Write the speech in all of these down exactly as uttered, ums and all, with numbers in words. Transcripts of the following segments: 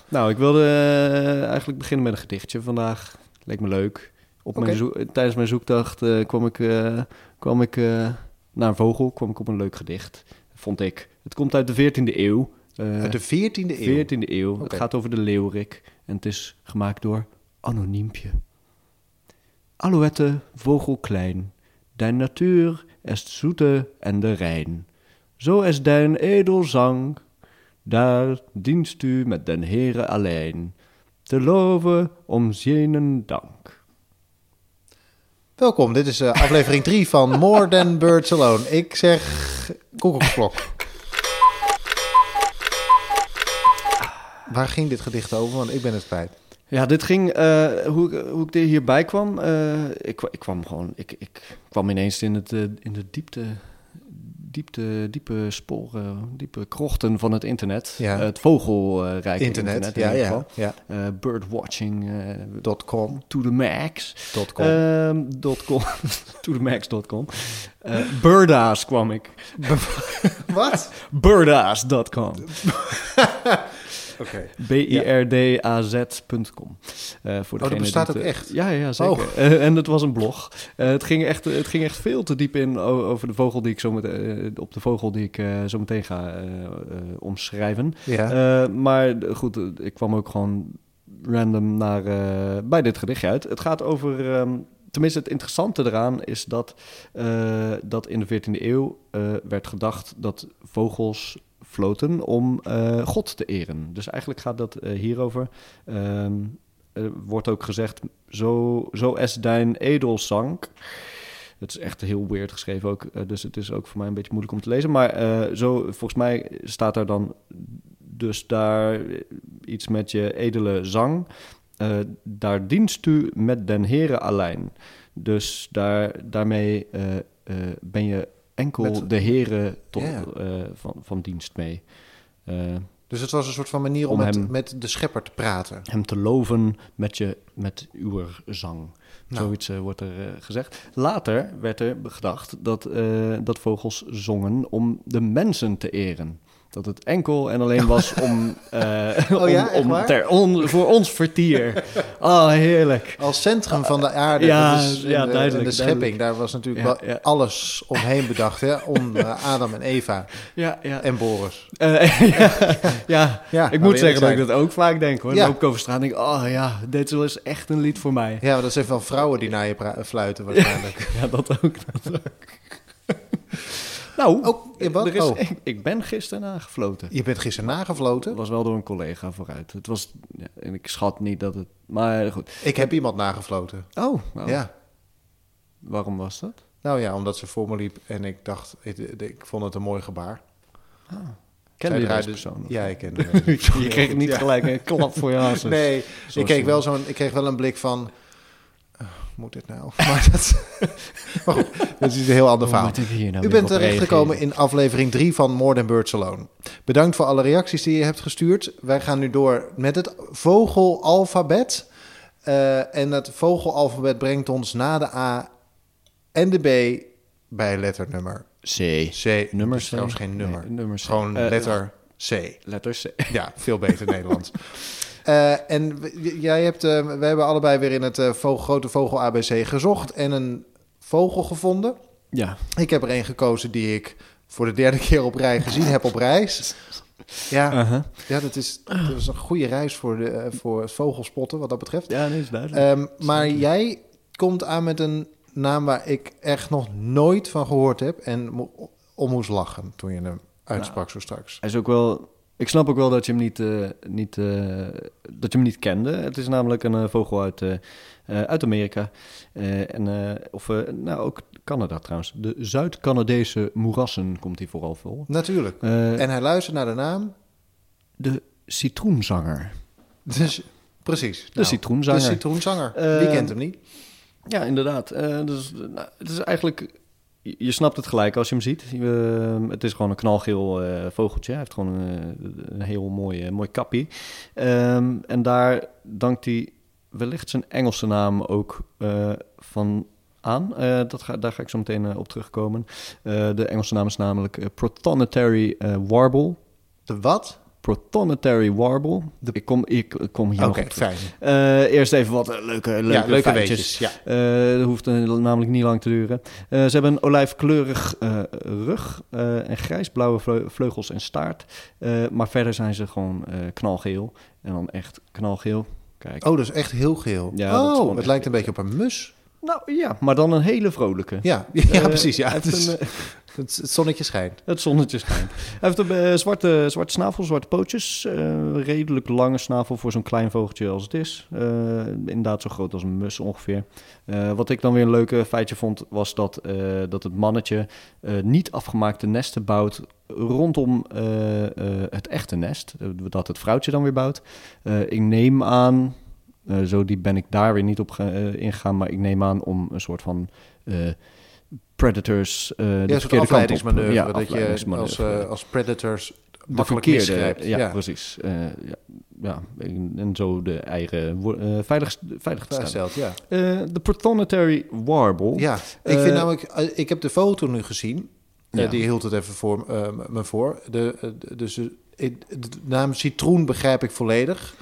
Nou, ik wilde uh, eigenlijk beginnen met een gedichtje vandaag. Leek me leuk. Op okay. mijn zo- tijdens mijn zoektocht uh, kwam ik, uh, kwam ik uh, naar een vogel, kwam ik op een leuk gedicht. Vond ik. Het komt uit de veertiende eeuw. Uh, uit de veertiende eeuw? veertiende eeuw. Okay. Het gaat over de leeuwerik. En het is gemaakt door Anoniempje. Alouette, vogel klein, dein natuur est zoete en de rein. Zo is dein edel zang, daar dienst u met den Heere alleen. Te loven om zijnen dank. Welkom, dit is uh, aflevering drie van More Than Birds Alone. Ik zeg koekoeksklok. Waar ging dit gedicht over? Want ik ben het kwijt. Ja, dit ging, uh, hoe, hoe ik hierbij kwam, uh, ik, ik kwam gewoon, ik, ik kwam ineens in, het, uh, in de diepte, diepte, diepe sporen, diepe krochten van het internet. Ja. Uh, het vogelrijke internet, internet in ja, ieder ja, geval. ja. Uh, birdwatching uh, dot com to the max. Dot com. Uh, dot com. to the max dot com. Uh, Birdaas kwam ik. Wat? Birdaas dot com. Okay. B I R D A Z punt com. Uh, voor oh, dat bestaat het, ook echt? Ja, ja zeker. Oh. Uh, en het was een blog. Uh, het, ging echt, het ging echt veel te diep in over de vogel die ik zo meteen, uh, op de vogel die ik uh, zo meteen ga uh, uh, omschrijven. Ja. Uh, maar goed, uh, ik kwam ook gewoon random naar, uh, bij dit gedichtje uit. Het gaat over... Um, Tenminste, het interessante eraan is dat, uh, dat in de veertiende eeuw uh, werd gedacht dat vogels floten om uh, God te eren. Dus eigenlijk gaat dat uh, hierover. Um, er wordt ook gezegd, zo, zo es dein edelzang. Het is echt heel weird geschreven ook, uh, dus het is ook voor mij een beetje moeilijk om te lezen. Maar uh, zo, volgens mij staat daar dan dus daar iets met je edele zang. Uh, daar dienst u met den Heere alleen. Dus daar, daarmee uh, uh, ben je enkel met, de Heere tot, yeah. uh, van, van dienst mee. Uh, dus het was een soort van manier om, om met, hem, met de schepper te praten. Hem te loven met, je, met uw zang. Nou. Zoiets uh, wordt er uh, gezegd. Later werd er gedacht dat, uh, dat vogels zongen om de mensen te eren. Dat het enkel en alleen was om, uh, oh ja, om, om ter on, voor ons vertier. Oh, heerlijk. Als centrum van de aarde. Ja, dat is ja de, duidelijk. de schepping, duidelijk. daar was natuurlijk ja, wel ja. alles omheen bedacht. Hè? Om uh, Adam en Eva ja, ja. en Boris. Uh, ja, ja. ja, ik moet zeggen dat ik dat ook vaak denk. Hoor. Dan ja. loop ik over straat en denk oh ja, dit is echt een lied voor mij. Ja, maar dat zijn wel vrouwen die naar je pra- fluiten waarschijnlijk. ja, dat ook. Dat ook. Nou, oh, ja, wat? Er is, oh. ik, ik ben gisteren nagefloten. Je bent gisteren nagefloten? Dat was wel door een collega vooruit. Het was, ja, en ik schat niet dat het... Maar goed. Ik heb iemand nagefloten. Oh, wow. Ja. Waarom was dat? Nou ja, omdat ze voor me liep en ik dacht, ik, ik vond het een mooi gebaar. Ah. Ken je deze persoon? Ja, ik ken hem. Je kreeg niet gelijk een klap voor je hals. Nee, ik kreeg, wel zo'n, ik kreeg wel een blik van... moet dit nou? Maar, dat, maar goed, dat is een heel ander verhaal. Nou U bent terechtgekomen in aflevering drie van More Than Birds Alone. Bedankt voor alle reacties die je hebt gestuurd. Wij gaan nu door met het vogelalfabet. Uh, en het vogelalfabet brengt ons na de A en de B bij letternummer C. C. Nummer C. Trouwens geen nummer. Nee, nummer C. Gewoon uh, letter C. Letter C. Ja, veel beter Nederlands. Uh, en jij hebt, uh, we hebben allebei weer in het uh, vogel, grote vogel A B C gezocht en een vogel gevonden. Ja. Ik heb er een gekozen die ik voor de derde keer op rij gezien heb op reis. Ja, uh-huh. ja dat, is, dat is een goede reis voor, de, uh, voor het vogelspotten wat dat betreft. Ja, dat is duidelijk. Um, maar jij komt aan met een naam waar ik echt nog nooit van gehoord heb en mo- om moest lachen toen je hem uitsprak nou, zo straks. Hij is ook wel... Ik snap ook wel dat je hem niet, uh, niet, uh, dat je hem niet kende. Het is namelijk een uh, vogel uit, uh, uh, uit Amerika. Uh, en, uh, of uh, nou, ook Canada trouwens. De Zuid-Canadese moerassen komt hij vooral voor. Natuurlijk. Uh, en hij luistert naar de naam? De citroenzanger. Dus, precies. De nou, citroenzanger. De citroenzanger. Uh, Wie kent hem niet? Ja, inderdaad. Uh, dus, nou, het is eigenlijk... Je snapt het gelijk als je hem ziet. Uh, het is gewoon een knalgeel uh, vogeltje. Hij heeft gewoon een, een heel mooi, uh, mooi kappie. Um, en daar dankt hij wellicht zijn Engelse naam ook uh, van aan. Uh, dat ga, daar ga ik zo meteen uh, op terugkomen. Uh, de Engelse naam is namelijk uh, Prothonotary uh, warble. De wat? Protonotary Warble. De... Ik, kom, ik kom hier okay, nog op fijn. Uh, eerst even wat leuke, leuke, ja, leuke feitjes. Ja. Uh, dat hoeft uh, namelijk niet lang te duren. Uh, ze hebben een olijfkleurig uh, rug uh, en grijsblauwe vleugels en staart. Uh, maar verder zijn ze gewoon uh, knalgeel. En dan echt knalgeel. Kijk. Oh, dat is echt heel geel. Ja, oh, het lijkt een beetje op een mus. Nou ja, maar dan een hele vrolijke. Ja, ja uh, precies. Ja. Het, is, een, uh, het, het zonnetje schijnt. Het zonnetje schijnt. Hij heeft een uh, zwarte, zwarte snavel, zwarte pootjes. Uh, redelijk lange snavel voor zo'n klein vogeltje als het is. Uh, inderdaad zo groot als een mus ongeveer. Uh, wat ik dan weer een leuke feitje vond, was dat, uh, dat het mannetje uh, niet afgemaakte nesten bouwt rondom uh, uh, het echte nest. Uh, dat het vrouwtje dan weer bouwt. Uh, ik neem aan... Uh, zo die ben ik daar weer niet op ge- uh, ingegaan, maar ik neem aan om een soort van uh, predators uh, ja, de verkeerde kant op. Ja, dat je als, uh, als predators makkelijk misgrijpt. Ja, ja, precies. Uh, ja, ja, en zo de eigen uh, veilig, veilig te stellen. Ja. Uh, de Protonotary Warble. Ja, ik uh, vind namelijk, uh, ik heb de foto nu gezien. Uh, ja. Die hield het even voor uh, me voor. De, uh, dus uh, de naam citroen begrijp ik volledig,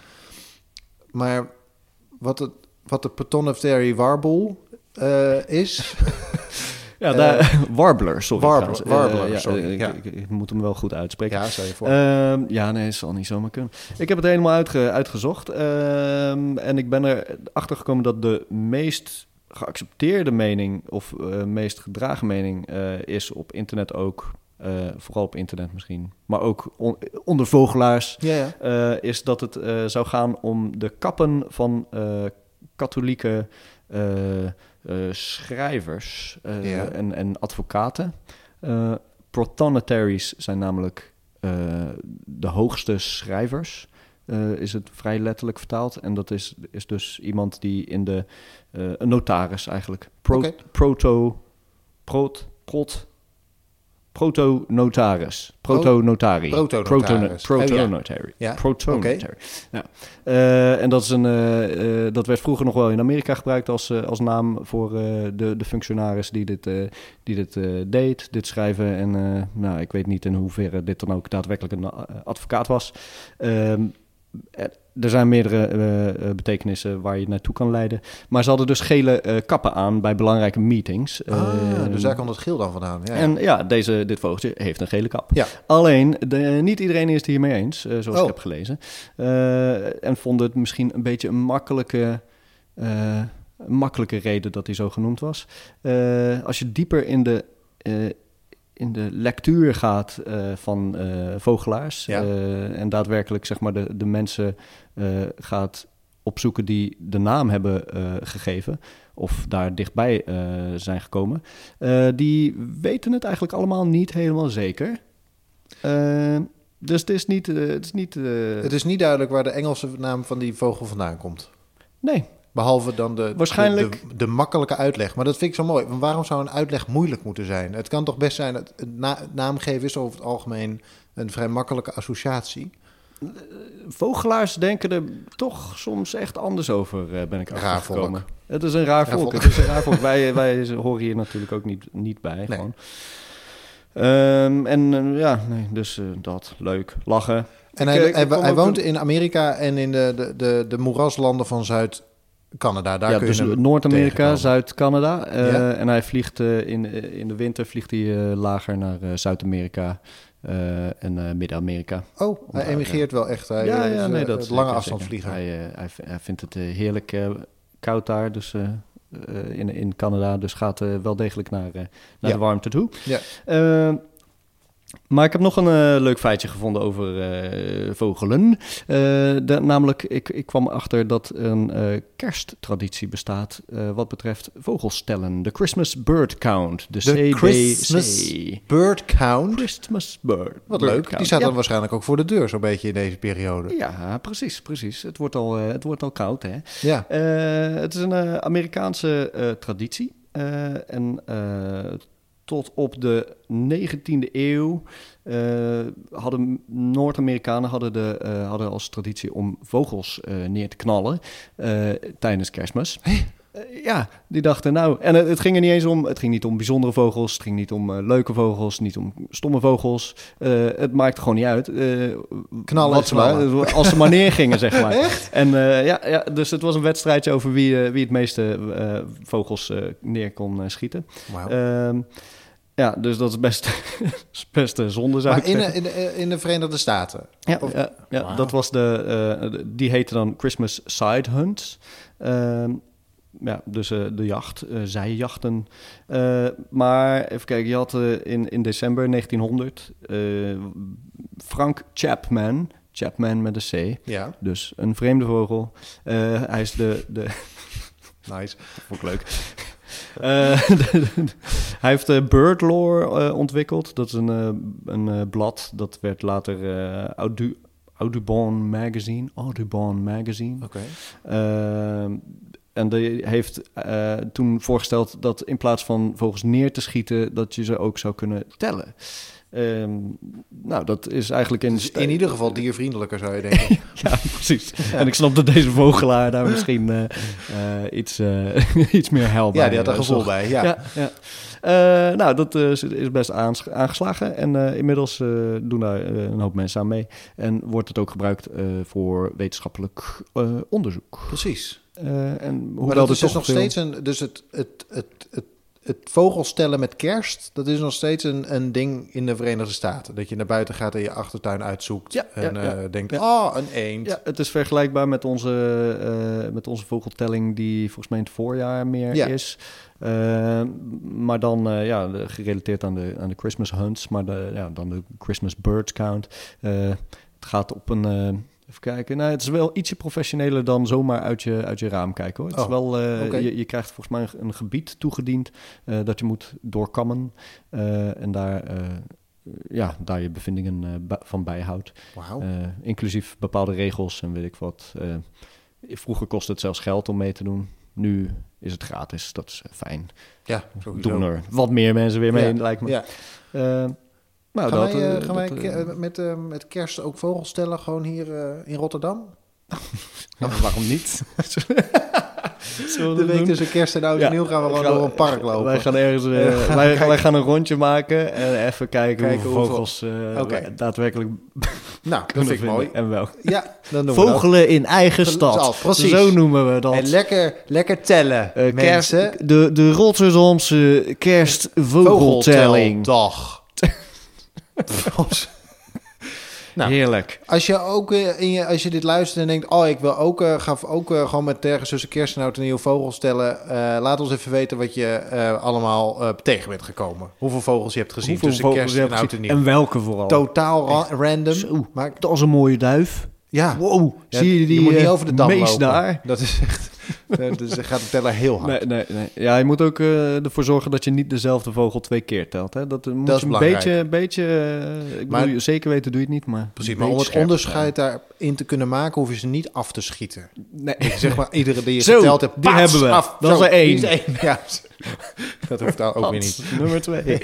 maar Wat, het, wat de Protonotary Warble uh, is. ja, daar, uh, Warbler, sorry. Warbler, Warbler, uh, sorry. Uh, ja. ik, ik, ik moet hem wel goed uitspreken. Ja, stel je voor. Uh, ja, nee, dat zal niet zomaar kunnen. Ik heb het helemaal uitge, uitgezocht. Uh, en ik ben erachter gekomen dat de meest geaccepteerde mening... of uh, meest gedragen mening uh, is op internet ook... Uh, vooral op internet misschien, maar ook on- onder vogelaars, ja, ja. Uh, is dat het uh, zou gaan om de kappen van uh, katholieke uh, uh, schrijvers uh, ja. en, en advocaten. Uh, Protonotaries zijn namelijk uh, de hoogste schrijvers, uh, is het vrij letterlijk vertaald. En dat is, is dus iemand die in de, uh, een notaris eigenlijk, Pro- okay. proto, prot, prot, Proto-notaris. Proto-notari. Proto-notaris. Proto-notari. Ja. Proto-notari. Okay. Ja. Uh, en dat, is een, uh, uh, dat werd vroeger nog wel in Amerika gebruikt als, uh, als naam voor uh, de, de functionaris die dit, uh, die dit uh, deed, dit schrijven. En uh, nou, ik weet niet in hoeverre dit dan ook daadwerkelijk een uh, advocaat was. Uh, Er zijn meerdere uh, betekenissen waar je naartoe kan leiden. Maar ze hadden dus gele uh, kappen aan bij belangrijke meetings. Ah, uh, dus daar kan het geel dan vandaan. Ja, en ja, deze, dit vogeltje heeft een gele kap. Ja. Alleen, de, niet iedereen is het hiermee eens, uh, zoals oh. ik heb gelezen. Uh, en vond het misschien een beetje een makkelijke, uh, een makkelijke reden dat hij zo genoemd was. Uh, als je dieper in de... Uh, in de lectuur gaat uh, van uh, vogelaars... Ja. Uh, en daadwerkelijk zeg maar de, de mensen uh, gaat opzoeken die de naam hebben uh, gegeven... of daar dichtbij uh, zijn gekomen... Uh, die weten het eigenlijk allemaal niet helemaal zeker. Uh, dus het is niet... Uh, het, is niet uh... het is niet duidelijk waar de Engelse naam van die vogel vandaan komt. Nee. Behalve dan de, Waarschijnlijk... de, de, de makkelijke uitleg. Maar dat vind ik zo mooi. Want waarom zou een uitleg moeilijk moeten zijn? Het kan toch best zijn... dat het na, naamgeven is over het algemeen een vrij makkelijke associatie. Vogelaars denken er toch soms echt anders over, uh, ben ik raar volk. Het is een raar volk. volk. Het is een raar volk. wij, wij horen hier natuurlijk ook niet, niet bij. Nee. Gewoon. Um, en uh, ja, nee, dus uh, dat. Leuk. Lachen. En ik, hij, ik, hij, ik hij woont in Amerika en in de, de, de, de moeraslanden van Zuid... Canada, daar ja, kun je dus Noord-Amerika, Zuid-Canada. Uh, ja. En hij vliegt uh, in, in de winter vliegt hij uh, lager naar uh, Zuid-Amerika uh, en uh, Midden-Amerika. Oh, hij emigreert uh, wel echt. Hij ja, is ja, nee, uh, dat lange afstandsvlieger. Hij, uh, hij, hij vindt het uh, heerlijk uh, koud daar, dus uh, uh, in, in Canada. Dus gaat uh, wel degelijk naar, uh, naar ja. de warmte toe. Ja. Uh, Maar ik heb nog een uh, leuk feitje gevonden over uh, vogelen. Uh, de, namelijk, ik, ik kwam achter dat een uh, kersttraditie bestaat uh, wat betreft vogelstellen. De Christmas Bird Count, de, de C B C. Christmas Bird Count? Christmas Bird. Wat bird leuk, count. die staat ja. dan waarschijnlijk ook voor de deur zo'n beetje in deze periode. Ja, precies, precies. Het wordt al, uh, het wordt al koud, hè? Ja. Uh, het is een uh, Amerikaanse uh, traditie. Uh, en... Uh, Tot op de negentiende eeuw uh, hadden Noord-Amerikanen hadden, de, uh, hadden als traditie om vogels uh, neer te knallen uh, tijdens Kerstmis. Hey, Uh, ja, die dachten nou... En het, het ging er niet eens om... Het ging niet om bijzondere vogels. Het ging niet om uh, leuke vogels. Niet om stomme vogels. Uh, het maakte gewoon niet uit. Uh, knallen wat ze maar, als ze maar neergingen, zeg maar. Echt? En uh, ja, ja, dus het was een wedstrijdje over wie, uh, wie het meeste uh, vogels uh, neer kon uh, schieten. Wow. Uh, ja, dus dat is best, best zonde, zou maar ik in zeggen. de, in, de, in de Verenigde Staten? Ja, of... ja, ja wow. dat was de... Uh, die heette dan Christmas Side Hunts. Uh, Ja, dus uh, de jacht, uh, zijjachten. Uh, maar even kijken, je had uh, in, in december negentienhonderd uh, Frank Chapman, Chapman met een C, ja. Dus een vreemde vogel. Uh, hij is de... de nice, vond ik leuk. Uh, de, de, hij heeft uh, Bird Lore uh, ontwikkeld. Dat is een, uh, een uh, blad, dat werd later uh, Audu, Audubon Magazine, Audubon Magazine. Oké. Okay. Uh, En die heeft uh, toen voorgesteld dat in plaats van vogels neer te schieten, dat je ze ook zou kunnen tellen. Um, nou, dat is eigenlijk in... Dus in ieder geval diervriendelijker, zou je denken. Ja, precies. Ja. En ik snap dat deze vogelaar daar misschien uh, uh, iets, uh, iets meer hel bij. Ja, die had er gevoel bij, ja. ja, ja. Uh, nou, dat uh, is best aans- aangeslagen. En uh, inmiddels uh, doen daar uh, een hoop mensen aan mee. En wordt het ook gebruikt uh, voor wetenschappelijk uh, onderzoek. Precies. Uh, en maar dat is dus nog veel... steeds een... Dus het, het, het, het, het vogelstellen met kerst, dat is nog steeds een, een ding in de Verenigde Staten. Dat je naar buiten gaat en je achtertuin uitzoekt. Ja, en ja, ja. Uh, denkt, ah, ja. oh, een eend. Ja, het is vergelijkbaar met onze, uh, met onze vogeltelling die volgens mij in het voorjaar meer ja. is. Uh, maar dan uh, ja, gerelateerd aan de, aan de Christmas hunts, maar de, ja, dan de Christmas birds count. Uh, het gaat op een... Uh, Even kijken. Nou, het is wel ietsje professioneler dan zomaar uit je, uit je raam kijken, hoor. Het oh, is wel, uh, okay. je, je krijgt volgens mij een, een gebied toegediend uh, dat je moet doorkammen uh, en daar, uh, ja, daar je bevindingen uh, b- van bijhoudt. Wow. Uh, inclusief bepaalde regels en weet ik wat. Uh, vroeger kostte het zelfs geld om mee te doen. Nu is het gratis. Dat is uh, fijn. Ja, sowieso. Doen er wat meer mensen weer mee, ja. lijkt me. Ja. Uh, Nou, gaan dat, wij, uh, uh, gaan dat, wij uh, met, uh, met kerst ook vogels stellen gewoon hier uh, in Rotterdam? Nou, waarom niet? De week tussen kerst en oud en nieuw gaan we gewoon door een park lopen. Wij gaan ergens uh, uh, wij, wij gaan een rondje maken en even kijken, kijken hoeveel vogels uh, okay. daadwerkelijk nou, dat vind ik mooi. En wel. Ja, dan doen Vogelen we dat. in eigen stad. Precies. Zo noemen we dat. En lekker, lekker tellen, uh, mensen. Kerst, de, de Rotterdamse kerstvogeltelling. Dag. Nou, heerlijk. Als je ook uh, in je, als je dit luistert en denkt, oh, ik wil ook, uh, ga ook uh, gewoon met ergens tussen kerst en oud en nieuw vogels stellen. Uh, laat ons even weten wat je uh, allemaal uh, tegen bent gekomen. Hoeveel vogels je hebt gezien Hoeveel tussen kerst en oud en nieuw. En welke vooral. Totaal ra- random. Zo, maar dat is een mooie duif. Ja. Wow. Ja, zie je die je moet niet over de dam mees lopen. daar? Dat is echt... Dus dan gaat de teller heel hard. Nee, nee, nee. Ja, je moet ook uh, ervoor zorgen dat je niet dezelfde vogel twee keer telt. Hè? Dat, uh, moet dat je is een beetje, een beetje uh, ik maar, bedoel, zeker weten doe je het niet, maar... Precies, maar om het onderscheid ja. daarin te kunnen maken, hoef je ze niet af te schieten. Nee. Zeg maar, iedere die je Zo, geteld hebt, die hebben we. Af. Dat Zo, is er één. Is één. Ja, dat hoeft daar ook Hans, weer niet. Nummer twee. Oké,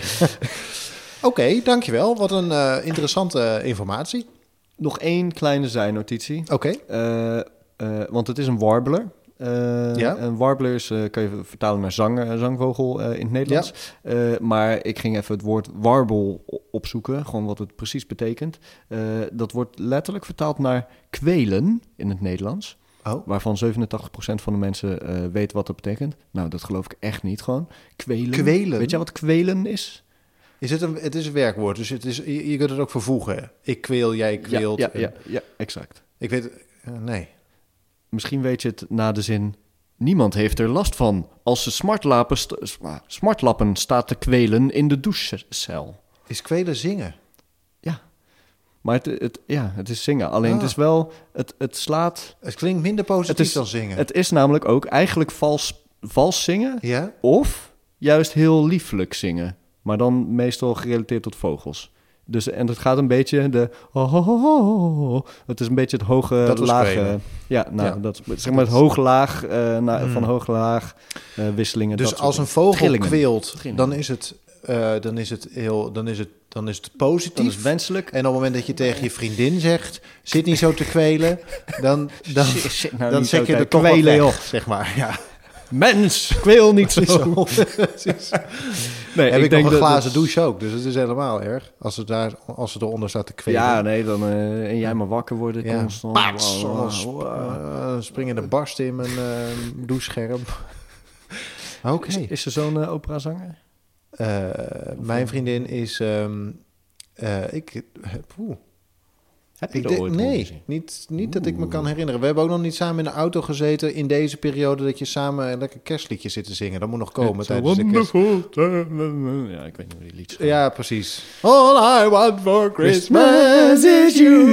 okay, dankjewel. Wat een uh, interessante uh, informatie. Nog één kleine zijnotitie. Oké. Okay. Uh, uh, want het is een warbler. Uh, ja? Een warbler is, uh, kan je vertalen naar zang, zangvogel uh, in het Nederlands. Ja. Uh, maar ik ging even het woord warble opzoeken, gewoon wat het precies betekent. Uh, dat wordt letterlijk vertaald naar kwelen in het Nederlands. Oh. Waarvan zevenentachtig procent van de mensen uh, weet wat dat betekent. Nou, dat geloof ik echt niet gewoon. Kwelen. Kwelen? Weet jij wat kwelen is? Is het, een, het is een werkwoord, dus het is, je, je kunt het ook vervoegen. Ik kweel, jij kweelt. Ja, ja, ja, ja exact. Ik weet... Uh, nee. Misschien weet je het na de zin... Niemand heeft er last van als ze smartlappen, st- smartlappen staat te kwelen in de douchecel. Is kwelen zingen? Ja. Maar het, het, ja, het is zingen. Alleen ah. het is wel... Het, het slaat... Het klinkt minder positief is, dan zingen. Het is namelijk ook eigenlijk vals, vals zingen. Ja? Of juist heel lieflijk zingen. Maar dan meestal gerelateerd tot vogels. Dus, en het gaat een beetje de... Oh, oh, oh, oh. Het is een beetje het hoge, dat lage... Ja, nou, ja. Dat, zeg maar het hoog, laag, uh, na, hmm. van hoog, laag, uh, wisselingen. Dus dat als een vogel Trillingen. kweelt, Trillingen. dan is het... Uh, dan is het heel... Dan is het, dan is het positief. Dan is het wenselijk. En op het moment dat je tegen je vriendin zegt... Zit niet zo te kwelen... Dan, dan, shit, shit, nou dan zeg je er toch wel weg, zeg maar. Ja. Mens, ik wil niet zo. nee, heb ik, ik denk nog een glazen dat... douche ook, dus het is helemaal erg. Als ze, daar, als ze eronder staat te kwelen. Ja, nee, dan uh, en jij maar wakker worden. Ja. Constant. Paats, wow, wow, wow. Uh, springen de barsten in mijn uh, douchescherm. Oké. Okay. Is, is er zo'n uh, operazanger? Uh, mijn vriendin is... Um, uh, ik... Poeh. Heb je ik de, ooit nee, niet, niet dat ik me kan herinneren. We hebben ook nog niet samen in de auto gezeten in deze periode dat je samen een lekker kerstliedje zit te zingen. Dat moet nog komen It's tijdens de kerst. Ja, ik weet niet hoe die liedjes gaan. Ja, precies. All I want for Christmas is you.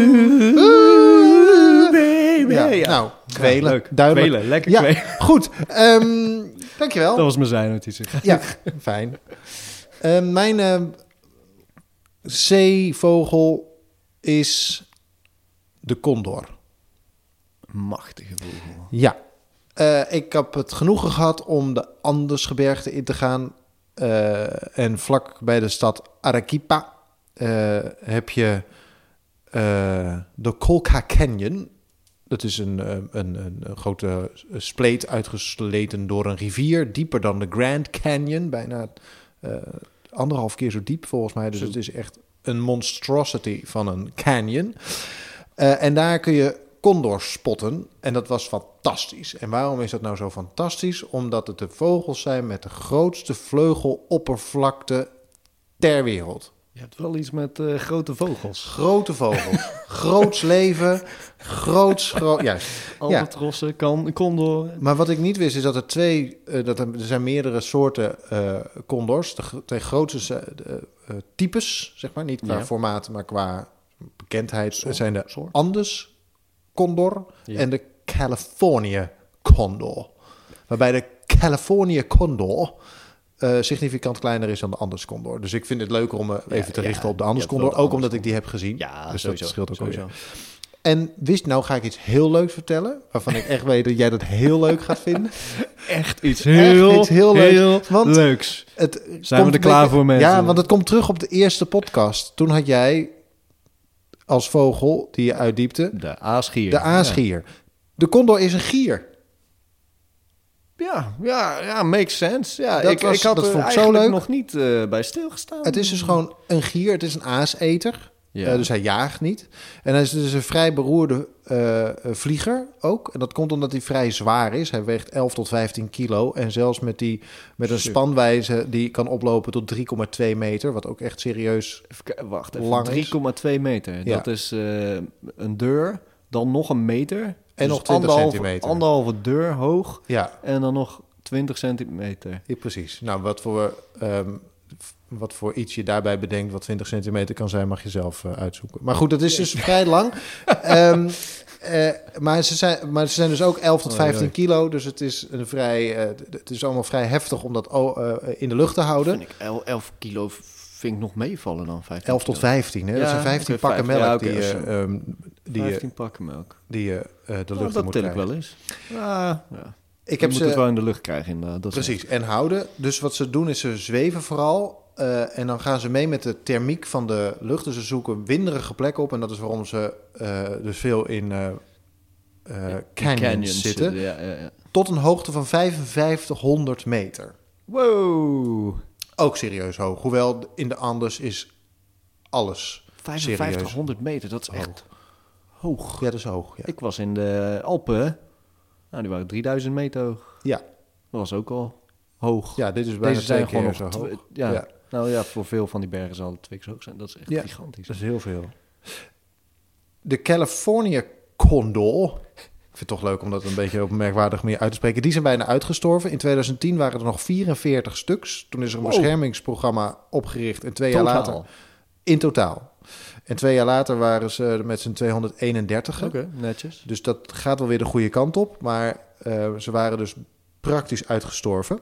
Ooh, baby. Ja, ja. Nou, kwelen. Ja, leuk. Duidelijk. Kwelen, lekker ja, kwelen. Goed, um, dankjewel. Dat was mijn zijnotitie. Ja, fijn. Uh, mijn uh, zeevogel is de condor. Machtige vogel. Ja. Uh, ik heb het genoegen gehad om de Andesgebergte in te gaan. Uh, en vlak bij de stad Arequipa uh, heb je uh, de Colca Canyon. Dat is een, een, een, een grote spleet uitgesleten door een rivier. Dieper dan de Grand Canyon. Bijna uh, anderhalf keer zo diep volgens mij. Dus zo. Het is echt een monstrosity van een canyon. Uh, en daar kun je condors spotten. En dat was fantastisch. En waarom is dat nou zo fantastisch? Omdat het de vogels zijn met de grootste vleugeloppervlakte ter wereld. Je hebt wel iets met uh, grote vogels. Grote vogels. Groots leven. Groots... Gro- Juist. Albatrossen, ja. kan, condor. Maar wat ik niet wist is dat er twee... Uh, dat er, er zijn meerdere soorten uh, condors. De twee grootste uh, uh, types, zeg maar. Niet qua ja. formaat, maar qua bekendheid. Soort, zijn de soort. Andes condor ja. en de Californië condor. Waarbij de Californië condor... Uh, significant kleiner is dan de Andes condor. Dus ik vind het leuker om me even ja, te richten ja, op de Andes condor. Ook omdat ik die heb gezien. Ja, dus sowieso, dat scheelt ook sowieso. alweer. En wist, nou ga ik iets heel leuks vertellen. Waarvan ik echt weet dat jij dat heel leuk gaat vinden. Echt iets heel, echt iets heel, heel leuks. Want leuks. Het Zijn we er klaar voor, mensen? Ja, want het komt terug op de eerste podcast. Toen had jij als vogel die je uitdiepte... De aasgier. De aasgier. Ja. De condor is een gier. Ja, ja, ja, makes sense. Ja, dat ik, was, ik had dat er vond ik eigenlijk zo leuk. nog niet uh, bij stilgestaan. Het is dus gewoon een gier. Het is een aaseter. Ja. Uh, dus hij jaagt niet. En hij is dus een vrij beroerde uh, vlieger ook. En dat komt omdat hij vrij zwaar is. Hij weegt elf tot vijftien kilo. En zelfs met, die, met een spanwijze die kan oplopen tot drie komma twee meter. Wat ook echt serieus even, wacht even, lang is. drie komma twee meter. Ja. Dat is uh, een deur, dan nog een meter... En dus nog twintig anderhalve, centimeter. Anderhalve deur hoog. Ja. En dan nog twintig centimeter. Ja, precies. Nou, wat voor, um, wat voor iets je daarbij bedenkt... wat twintig centimeter kan zijn, mag je zelf uh, uitzoeken. Maar goed, dat is dus vrij lang. um, uh, maar, ze zijn, maar ze zijn dus ook elf tot vijftien oh, kilo. Dus het is, een vrij, uh, het is allemaal vrij heftig om dat uh, in de lucht te houden. Vind ik elf kilo... vind ik nog meevallen dan vijftien elf tot vijftien, hè? Ja, dat zijn vijftien okay, pakken melk ja, okay, die, uh, um, die vijftien pakken melk. Die je uh, de lucht oh, moet krijgen. Dat til ik wel eens. Ja, ja. Ik heb moet ze het wel in de lucht krijgen. Inderdaad. Dat precies, en houden. Dus wat ze doen is ze zweven vooral. Uh, en dan gaan ze mee met de thermiek van de lucht. Dus ze zoeken winderige plekken op. En dat is waarom ze uh, dus veel in uh, uh, ja, canyons, canyons zitten. Ja, ja, ja. Tot een hoogte van vijfenvijftighonderd meter. Wow. Ook serieus hoog. Hoewel in de Andes is alles vijfenvijftighonderd meter, dat is hoog. Echt hoog. Ja, dat is hoog. Ja. Ik was in de Alpen. Nou, die waren drieduizend meter hoog. Ja. Dat was ook al hoog. Ja, dit is bijna Deze zijn twee keer gewoon zo hoog. Tw- ja. ja. Nou ja, voor veel van die bergen zal het twee keer zo hoog zijn. Dat is echt ja, gigantisch. Dat is heel veel. De Californië condor... Ik vind het toch leuk om dat een beetje op een merkwaardig manier uit te spreken. Die zijn bijna uitgestorven. In twintig tien waren er nog vierenveertig stuks. Toen is er een wow. beschermingsprogramma opgericht. En twee totaal. jaar later... In totaal. En twee jaar later waren ze met z'n tweehonderdeenendertig. Oké, okay, netjes. Dus dat gaat wel weer de goede kant op. Maar uh, ze waren dus praktisch uitgestorven.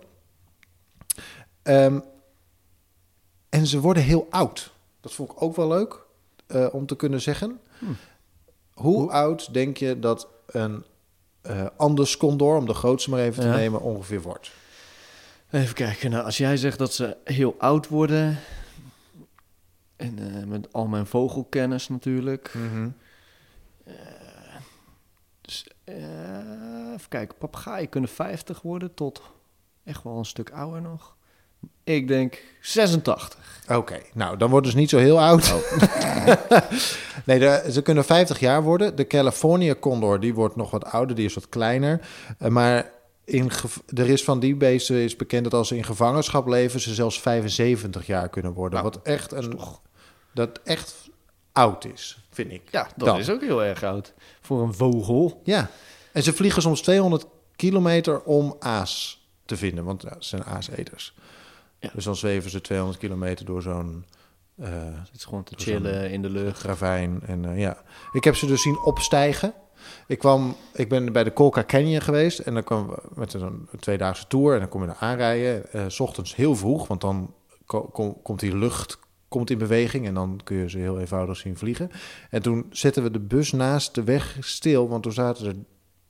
Um, en ze worden heel oud. Dat vond ik ook wel leuk uh, om te kunnen zeggen. Hm. Hoe, Hoe oud denk je dat een uh, Andes condor, om de grootste maar even te ja. nemen, ongeveer wordt? Even kijken. Nou, als jij zegt dat ze heel oud worden... en uh, met al mijn vogelkennis natuurlijk... Mm-hmm. Uh, dus, uh, even kijken, papegaaien kunnen vijftig worden tot echt wel een stuk ouder nog. Ik denk zesentachtig. Oké, okay, nou, dan worden ze niet zo heel oud. Oh. nee, de, ze kunnen vijftig jaar worden. De California condor, die wordt nog wat ouder, die is wat kleiner. Uh, maar in gev- er is van die beesten is bekend dat als ze in gevangenschap leven, ze zelfs vijfenzeventig jaar kunnen worden. Nou, wat echt een, toch... dat echt oud is, vind ik. Ja, dat dan. is ook heel erg oud voor een vogel. Ja, en ze vliegen soms tweehonderd kilometer om aas te vinden, want ja, ze zijn aaseters. Ja. Dus dan zweven ze tweehonderd kilometer door zo'n... Uh, het is gewoon te chillen in de lucht. Ravijn. En uh, ja, ik heb ze dus zien opstijgen. Ik kwam, ik ben bij de Colca Canyon geweest en dan kwam met een tweedaagse tour en dan kom je naar aanrijden. Uh, 's ochtends heel vroeg, want dan ko- kom, komt die lucht komt in beweging en dan kun je ze heel eenvoudig zien vliegen. En toen zetten we de bus naast de weg stil, want toen zaten er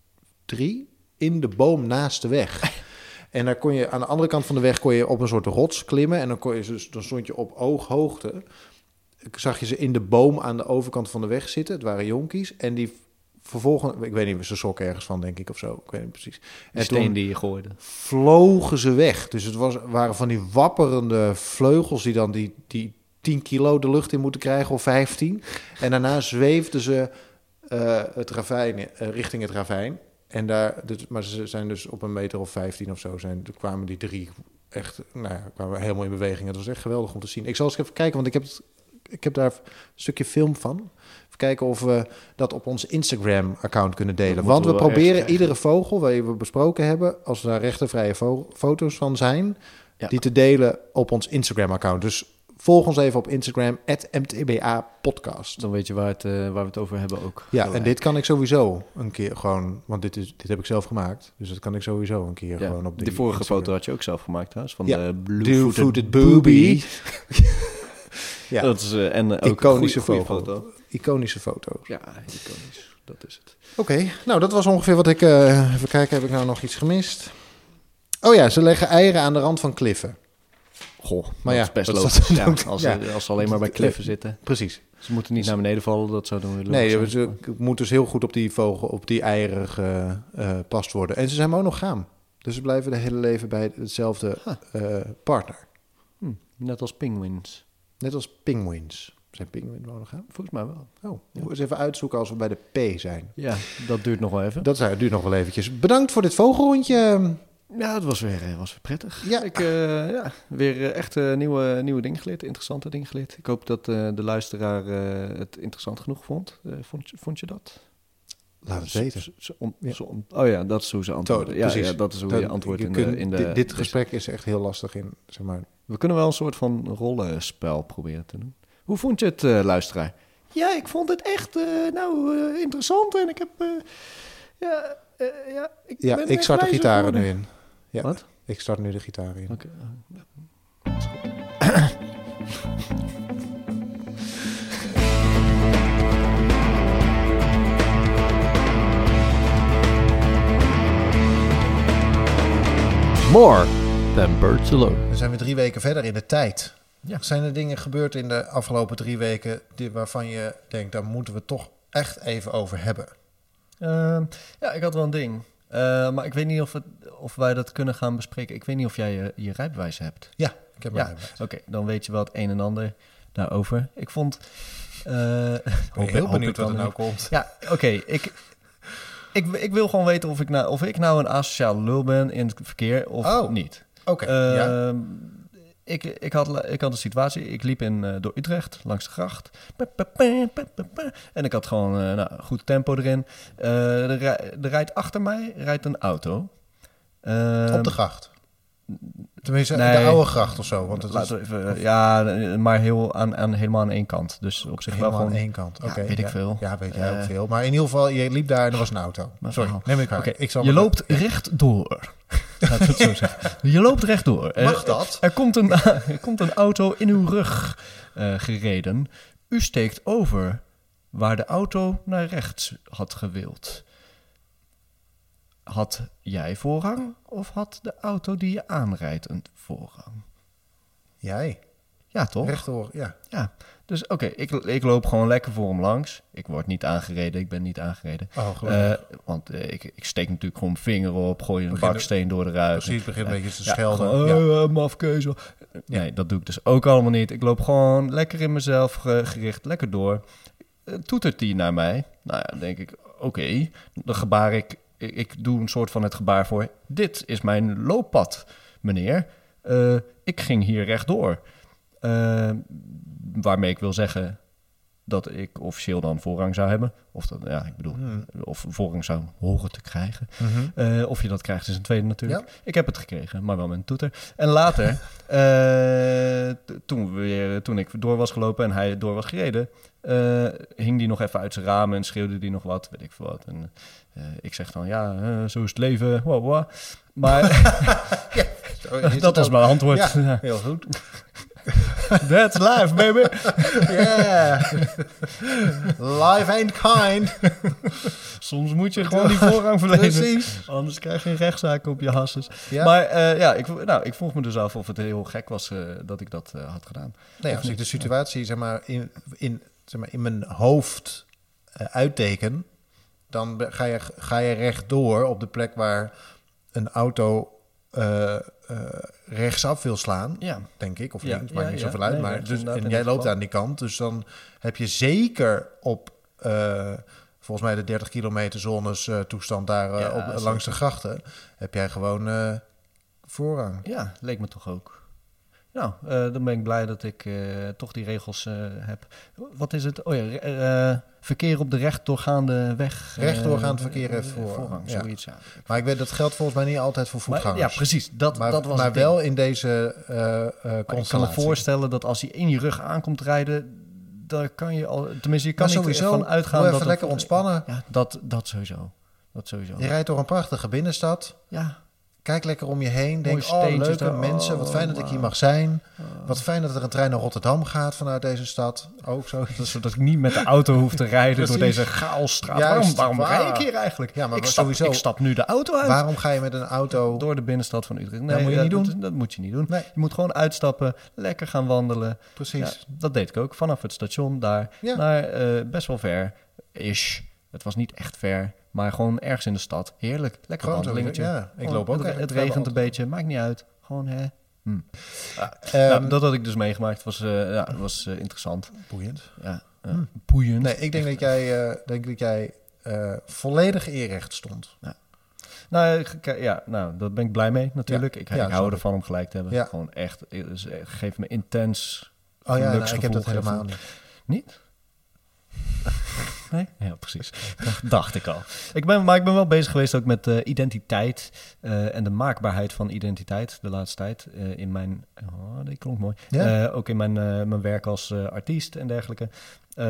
drie in de boom naast de weg. En dan kon je aan de andere kant van de weg kon je op een soort rots klimmen. En dan, kon je dus, dan stond je op ooghoogte. Zag je ze in de boom aan de overkant van de weg zitten. Het waren jonkies. En die vervolgens... Ik weet niet, ze sokken ergens van, denk ik, of zo. Ik weet niet precies. En steen toen die je gooide. Vlogen ze weg. Dus het was, waren van die wapperende vleugels die dan die, die tien kilo de lucht in moeten krijgen, of vijftien. En daarna zweefden ze uh, het ravijn, uh, richting het ravijn. En daar, dus, maar ze zijn dus op een meter of vijftien of zo, zijn, toen kwamen die drie echt, nou ja, kwamen helemaal in beweging. Het was echt geweldig om te zien. Ik zal eens even kijken, want ik heb, het, ik heb daar een stukje film van. Even kijken of we dat op ons Instagram-account kunnen delen. Want we, we proberen iedere vogel, waar we besproken hebben, als er daar rechtenvrije fo- foto's van zijn, ja. die te delen op ons Instagram-account. Dus volg ons even op Instagram, at M T B A podcast. Dan weet je waar, het, uh, waar we het over hebben ook. Ja, en dit kan ik sowieso een keer gewoon... Want dit, is, dit heb ik zelf gemaakt. Dus dat kan ik sowieso een keer ja, gewoon op de... De vorige Instagram. Foto had je ook zelf gemaakt, trouwens. Van ja, de blue-footed booby. ja, dat is uh, en uh, ook iconische een goede foto. Iconische foto. Ja, iconisch. Dat is het. Oké, okay, nou dat was ongeveer wat ik... Uh, even kijken, heb ik nou nog iets gemist? Oh ja, ze leggen eieren aan de rand van kliffen. Goh, maar ja, is best logisch. Ja, als, ja. Als ze alleen maar bij kliffen zitten. Precies. Ze moeten niet naar beneden vallen, dat zou dan weer nee, zijn. Ze moeten dus heel goed op die vogel, op die eieren gepast uh, worden. En ze zijn monogaam. Dus ze blijven de hele leven bij hetzelfde huh. uh, partner. Hm, net als pinguïns. Net als pinguïns. Zijn pinguïns monogaam? Volgens mij wel. Oh, ja. Eens even uitzoeken als we bij de P zijn. Ja, dat duurt nog wel even. Dat duurt nog wel eventjes. Bedankt voor dit vogelrondje. Ja, het was weer, was weer prettig. Ja. Ik uh, ja, weer uh, echt uh, nieuwe, nieuwe dingen geleerd, interessante dingen geleerd. Ik hoop dat uh, de luisteraar uh, het interessant genoeg vond. Uh, vond, vond je dat? Laat het weten. Z- z- on, ja. on, oh ja, dat is hoe ze antwoorden. Ja, ja, dat is hoe dat, je antwoordt in, kun, de, in de... Dit, dit gesprek is echt heel lastig in, zeg maar... We kunnen wel een soort van rollenspel proberen te doen. Hoe vond je het, uh, luisteraar? Ja, ik vond het echt uh, nou, uh, interessant en ik heb... Uh, ja, uh, ja, ik, ja, ben ik start de gitaren nu in. Ja. Wat? Ik start nu de gitaar in. Oké. More than birds alone. Dan zijn we drie weken verder in de tijd. Ja. Zijn er dingen gebeurd in de afgelopen drie weken die, waarvan je denkt, daar moeten we toch echt even over hebben? Uh, ja, ik had wel een ding. Uh, maar ik weet niet of, het, of wij dat kunnen gaan bespreken. Ik weet niet of jij je, je rijbewijs hebt. Ja, ik heb mijn ja, rijbewijs. Oké, okay, dan weet je wel het een en ander daarover. Ik vond... Uh, ik ben heel benieuwd wat er nou komt. Ja, oké. Okay, ik, ik, ik wil gewoon weten of ik, nou, of ik nou een asociale lul ben in het verkeer of oh, niet. Oké, okay, uh, ja. Ik, ik, had, ik had een situatie, ik liep in, uh, door Utrecht langs de gracht. En ik had gewoon uh, nou, goed tempo erin. Uh, er, er rijdt achter mij rijdt een auto. Uh, Op de gracht? Tenminste, nee, de oude gracht of zo. Want het is, even, of, ja, maar heel aan, aan, helemaal aan één kant. Dus op zich helemaal wel gewoon... aan één kant, oké. Okay, ja, weet ja. ik veel. Ja, weet jij uh, ook veel. Maar in ieder geval, je liep daar en er was een auto. Sorry, neem ik haar. Okay, ik zal je loopt ja. rechtdoor. Laat het zo zeggen. Je loopt rechtdoor. Mag dat? Er, er, komt, een, er komt een auto in uw rug uh, gereden. U steekt over waar de auto naar rechts had gewild. Had jij voorrang of had de auto die je aanrijdt een voorrang? Jij. Ja, toch? Rechtdoor, ja. Ja, dus oké, okay, ik, ik loop gewoon lekker voor hem langs. Ik word niet aangereden, ik ben niet aangereden. Oh, gelukkig. Uh, want uh, ik, ik steek natuurlijk gewoon mijn vinger op, gooi een begin baksteen door de ruit. Precies, begin een uh, beetje te ja, schelden. Gewoon, uh, ja. mafkees. Nee, dat doe ik dus ook allemaal niet. Ik loop gewoon lekker in mezelf gericht, lekker door. Uh, toetert hij naar mij? Nou ja, dan denk ik, oké, okay, dan gebaar ik... Ik doe een soort van het gebaar voor... Dit is mijn looppad, meneer. Uh, ik ging hier rechtdoor. Uh, waarmee ik wil zeggen... dat ik officieel dan voorrang zou hebben. Of dat, ja, ik bedoel... Hmm. Of voorrang zou horen te krijgen. Mm-hmm. Uh, of je dat krijgt is een tweede natuurlijk. Ja. Ik heb het gekregen, maar wel met een toeter. En later... uh, t- toen, weer, toen ik door was gelopen en hij door was gereden... Uh, hing die nog even uit zijn ramen en schreeuwde die nog wat, weet ik veel wat. En uh, ik zeg dan, ja, uh, zo is het leven, wow, wow. Maar ja, dat was mijn antwoord. Ja, ja. Heel goed. That's life, baby. Yeah. Life ain't kind. Soms moet je gewoon die voorrang verlenen. Precies. Anders krijg je een rechtszaak op je hasses. Ja. Maar uh, ja, ik, nou, ik vroeg me dus af of het heel gek was uh, dat ik dat uh, had gedaan. Nee, als ik de situatie zeg maar, in, in, zeg maar, in mijn hoofd uh, uitteken... dan ga je, ga je rechtdoor op de plek waar een auto... Uh, uh, rechtsaf wil slaan, ja. denk ik. Of ja, links, maakt ja, niet ja. zoveel uit. Nee, maar dus, en jij loopt aan die kant. Dus dan heb je zeker op... Uh, volgens mij de dertig kilometer zones uh, toestand daar uh, ja, op, langs de grachten... heb jij gewoon uh, voorrang. Ja, leek me toch ook. Nou, uh, dan ben ik blij dat ik uh, toch die regels uh, heb. Wat is het? Oh ja, uh, verkeer op de rechtdoorgaande weg. Rechtdoorgaand uh, verkeer heeft voor, voorrang, ja. zoiets. Ja. Maar ik weet, dat geldt volgens mij niet altijd voor voetgangers. Maar, ja, precies. Dat, maar dat was maar het wel ding. in deze uh, uh, ik kan me voorstellen dat als hij in je rug aankomt rijden... daar kan je al... Tenminste, je kan maar niet sowieso, van uitgaan... even dat lekker het, ontspannen. Ja, dat, dat sowieso. Dat sowieso. Je rijdt door een prachtige binnenstad. Ja. Kijk lekker om je heen. Denk, oh, leuke daar. mensen. Wat fijn dat ik hier mag zijn. Wat fijn dat er een trein naar Rotterdam gaat vanuit deze stad. Ook zo. Zodat ik niet met de auto hoef te rijden door deze chaosstraat. Waarom, waarom waar. rij ik hier eigenlijk? Ja, maar ik, sowieso, stap, ik stap nu de auto uit. Waarom ga je met een auto... Door de binnenstad van Utrecht? Nee, dat moet je niet doen. Dat, dat moet je niet doen. Nee. Je moet gewoon uitstappen, lekker gaan wandelen. Precies. Ja, dat deed ik ook. Vanaf het station daar ja. naar uh, best wel ver. Ish. Het was niet echt ver. Maar gewoon ergens in de stad. Heerlijk. Lekker gewoon wandelingetje. Ja, ik loop ook. Het, het regent een beetje. Maakt niet uit. Gewoon, hè. Hm. Ja, um, nou, dat had ik dus meegemaakt. Was, uh, ja, was uh, interessant. Boeiend. Ja, uh, hm. boeiend. Nee, ik denk dat jij, uh, denk dat jij uh, volledig eerrecht stond. Ja. Nou, ja, nou, daar ben ik blij mee natuurlijk. Ja. Ik, ja, ik hou ervan om gelijk te hebben. Ja. Gewoon echt. Het geeft me intens. Oh ja, nou, ik heb dat helemaal niet. Niet? Nee? Ja, precies. Dat dacht ik al. Ik ben, maar ik ben wel bezig geweest ook met uh, identiteit uh, en de maakbaarheid van identiteit de laatste tijd. Uh, in mijn... Oh, die klonk mooi. Ja? Uh, ook in mijn, uh, mijn werk als uh, artiest en dergelijke. Uh,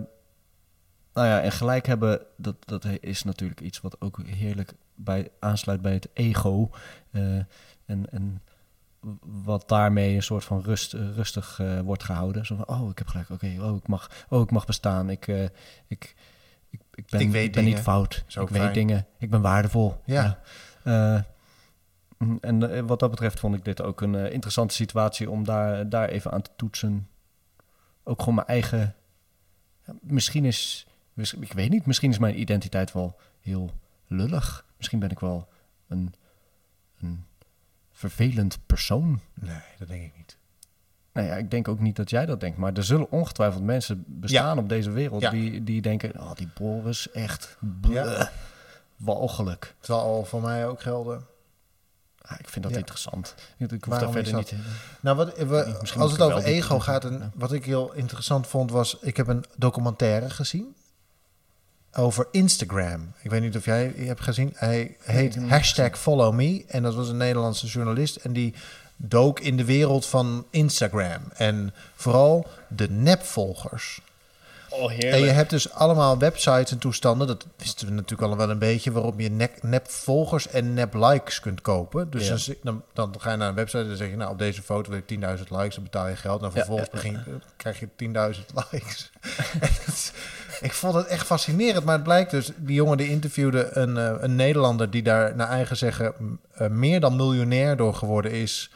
nou ja, en gelijk hebben, dat, dat is natuurlijk iets wat ook heerlijk bij, aansluit bij het ego. Uh, en... en wat daarmee een soort van rust, uh, rustig uh, wordt gehouden. Zo van, oh, ik heb gelijk, oké, okay, oh, ik mag, oh, ik mag bestaan. Ik, uh, ik, ik, ik ben, ik weet ik ben niet fout. Zo ik fijn. weet dingen. Ik ben waardevol. Ja. ja. Uh, en uh, wat dat betreft vond ik dit ook een uh, interessante situatie om daar, daar even aan te toetsen. Ook gewoon mijn eigen... Ja, misschien is... Ik weet niet, misschien is mijn identiteit wel heel lullig. Misschien ben ik wel een... een vervelend persoon. Nee, dat denk ik niet. Nou ja, ik denk ook niet dat jij dat denkt. Maar er zullen ongetwijfeld mensen bestaan ja. op deze wereld... Ja. Die, die denken, oh, die Boris, echt bleh, ja. walgelijk. Het zal al voor mij ook gelden. Ah, ik vind dat ja. interessant. Ik, ik hoef daar verder niet... Nou, wat, we, als het over ego doen. gaat... En ja. wat ik heel interessant vond was... Ik heb een documentaire gezien... over Instagram. Ik weet niet of jij hebt gezien. Hij heet hashtag Follow Me. En dat was een Nederlandse journalist. En die dook in de wereld van Instagram. En vooral de nepvolgers. Oh, heerlijk. En je hebt dus allemaal websites en toestanden. Dat wisten we natuurlijk al wel een beetje. Waarop je nep, nepvolgers en nep-likes kunt kopen. Dus ja. dan, dan ga je naar een website en dan zeg je... nou, op deze foto wil ik tienduizend likes. Dan betaal je geld. En vervolgens ja, ja, ja. Begin, krijg je tienduizend likes. En dat, ik vond het echt fascinerend. Maar het blijkt dus... die jongen die interviewde een, uh, een Nederlander... die daar naar eigen zeggen... Uh, meer dan miljonair door geworden is...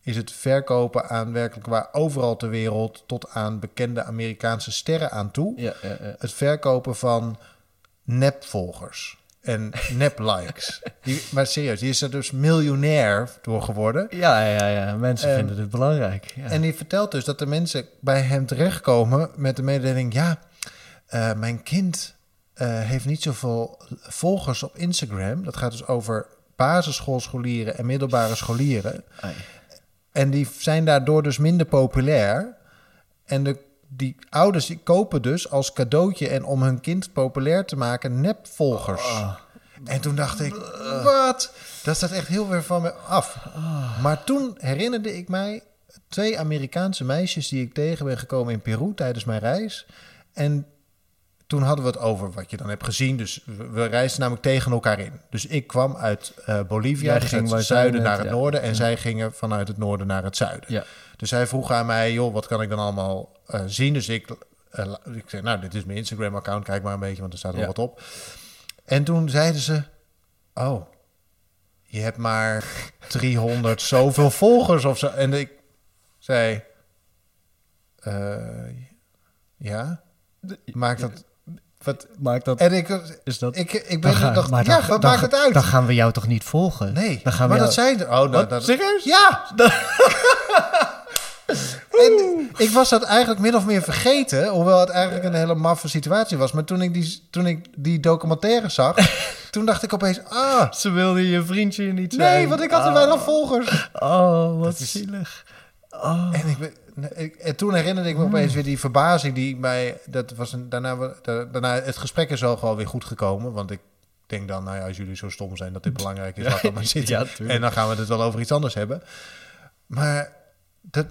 is het verkopen aan werkelijk waar overal ter wereld tot aan bekende Amerikaanse sterren aan toe. Ja, ja, ja. Het verkopen van nepvolgers en nep-likes. Die, maar serieus, die is er dus miljonair door geworden. Ja, ja, ja. Mensen um, vinden het belangrijk. Ja. En die vertelt dus dat de mensen bij hem terechtkomen met de mededeling... ja, uh, mijn kind uh, heeft niet zoveel volgers op Instagram. Dat gaat dus over basisschoolscholieren en middelbare scholieren. Ai. En die zijn daardoor dus minder populair. En de, die ouders die kopen dus als cadeautje... en om hun kind populair te maken, nepvolgers. Oh. En toen dacht ik, wat? Dat staat echt heel ver van me af. Oh. Maar toen herinnerde ik mij... twee Amerikaanse meisjes die ik tegen ben gekomen in Peru... tijdens mijn reis. En toen hadden we het over wat je dan hebt gezien. Dus we, we reisden namelijk tegen elkaar in. Dus ik kwam uit uh, Bolivia, Jij dus ging uit het zuiden naar het ja. noorden... en ja. zij gingen vanuit het noorden naar het zuiden. Ja. Dus zij vroeg aan mij, joh, wat kan ik dan allemaal uh, zien? Dus ik, uh, ik zei, nou, dit is mijn Instagram-account, kijk maar een beetje... want er staat wel ja. wat op. En toen zeiden ze, oh, je hebt maar driehonderd zoveel volgers of zo. En ik zei, uh, ja, maakt dat... Wat maakt dat? En ik, is dat? Ik, ik ben ga, dacht, maar ja, dan, wat dan, maakt het uit? Dan gaan we jou toch niet volgen? Nee, dan gaan maar we dat jou... zijn... Oh, nou, wat? dat, serieus? Ja! En ik was dat eigenlijk min of meer vergeten, hoewel het eigenlijk een hele maffe situatie was. Maar toen ik die, toen ik die documentaire zag, toen dacht ik opeens, ah... Ze wilden je vriendje niet zijn. Nee, want ik had er ah. weinig volgers. Oh, wat is... zielig. Oh. En, ik, ik, en toen herinnerde ik me opeens weer die verbazing die mij... Dat was een, daarna, daarna, het gesprek is al gewoon weer goed gekomen, want ik denk dan, nou ja, als jullie zo stom zijn dat dit belangrijk is, laat dan maar zitten. Ja, en dan gaan we het wel over iets anders hebben. Maar dat,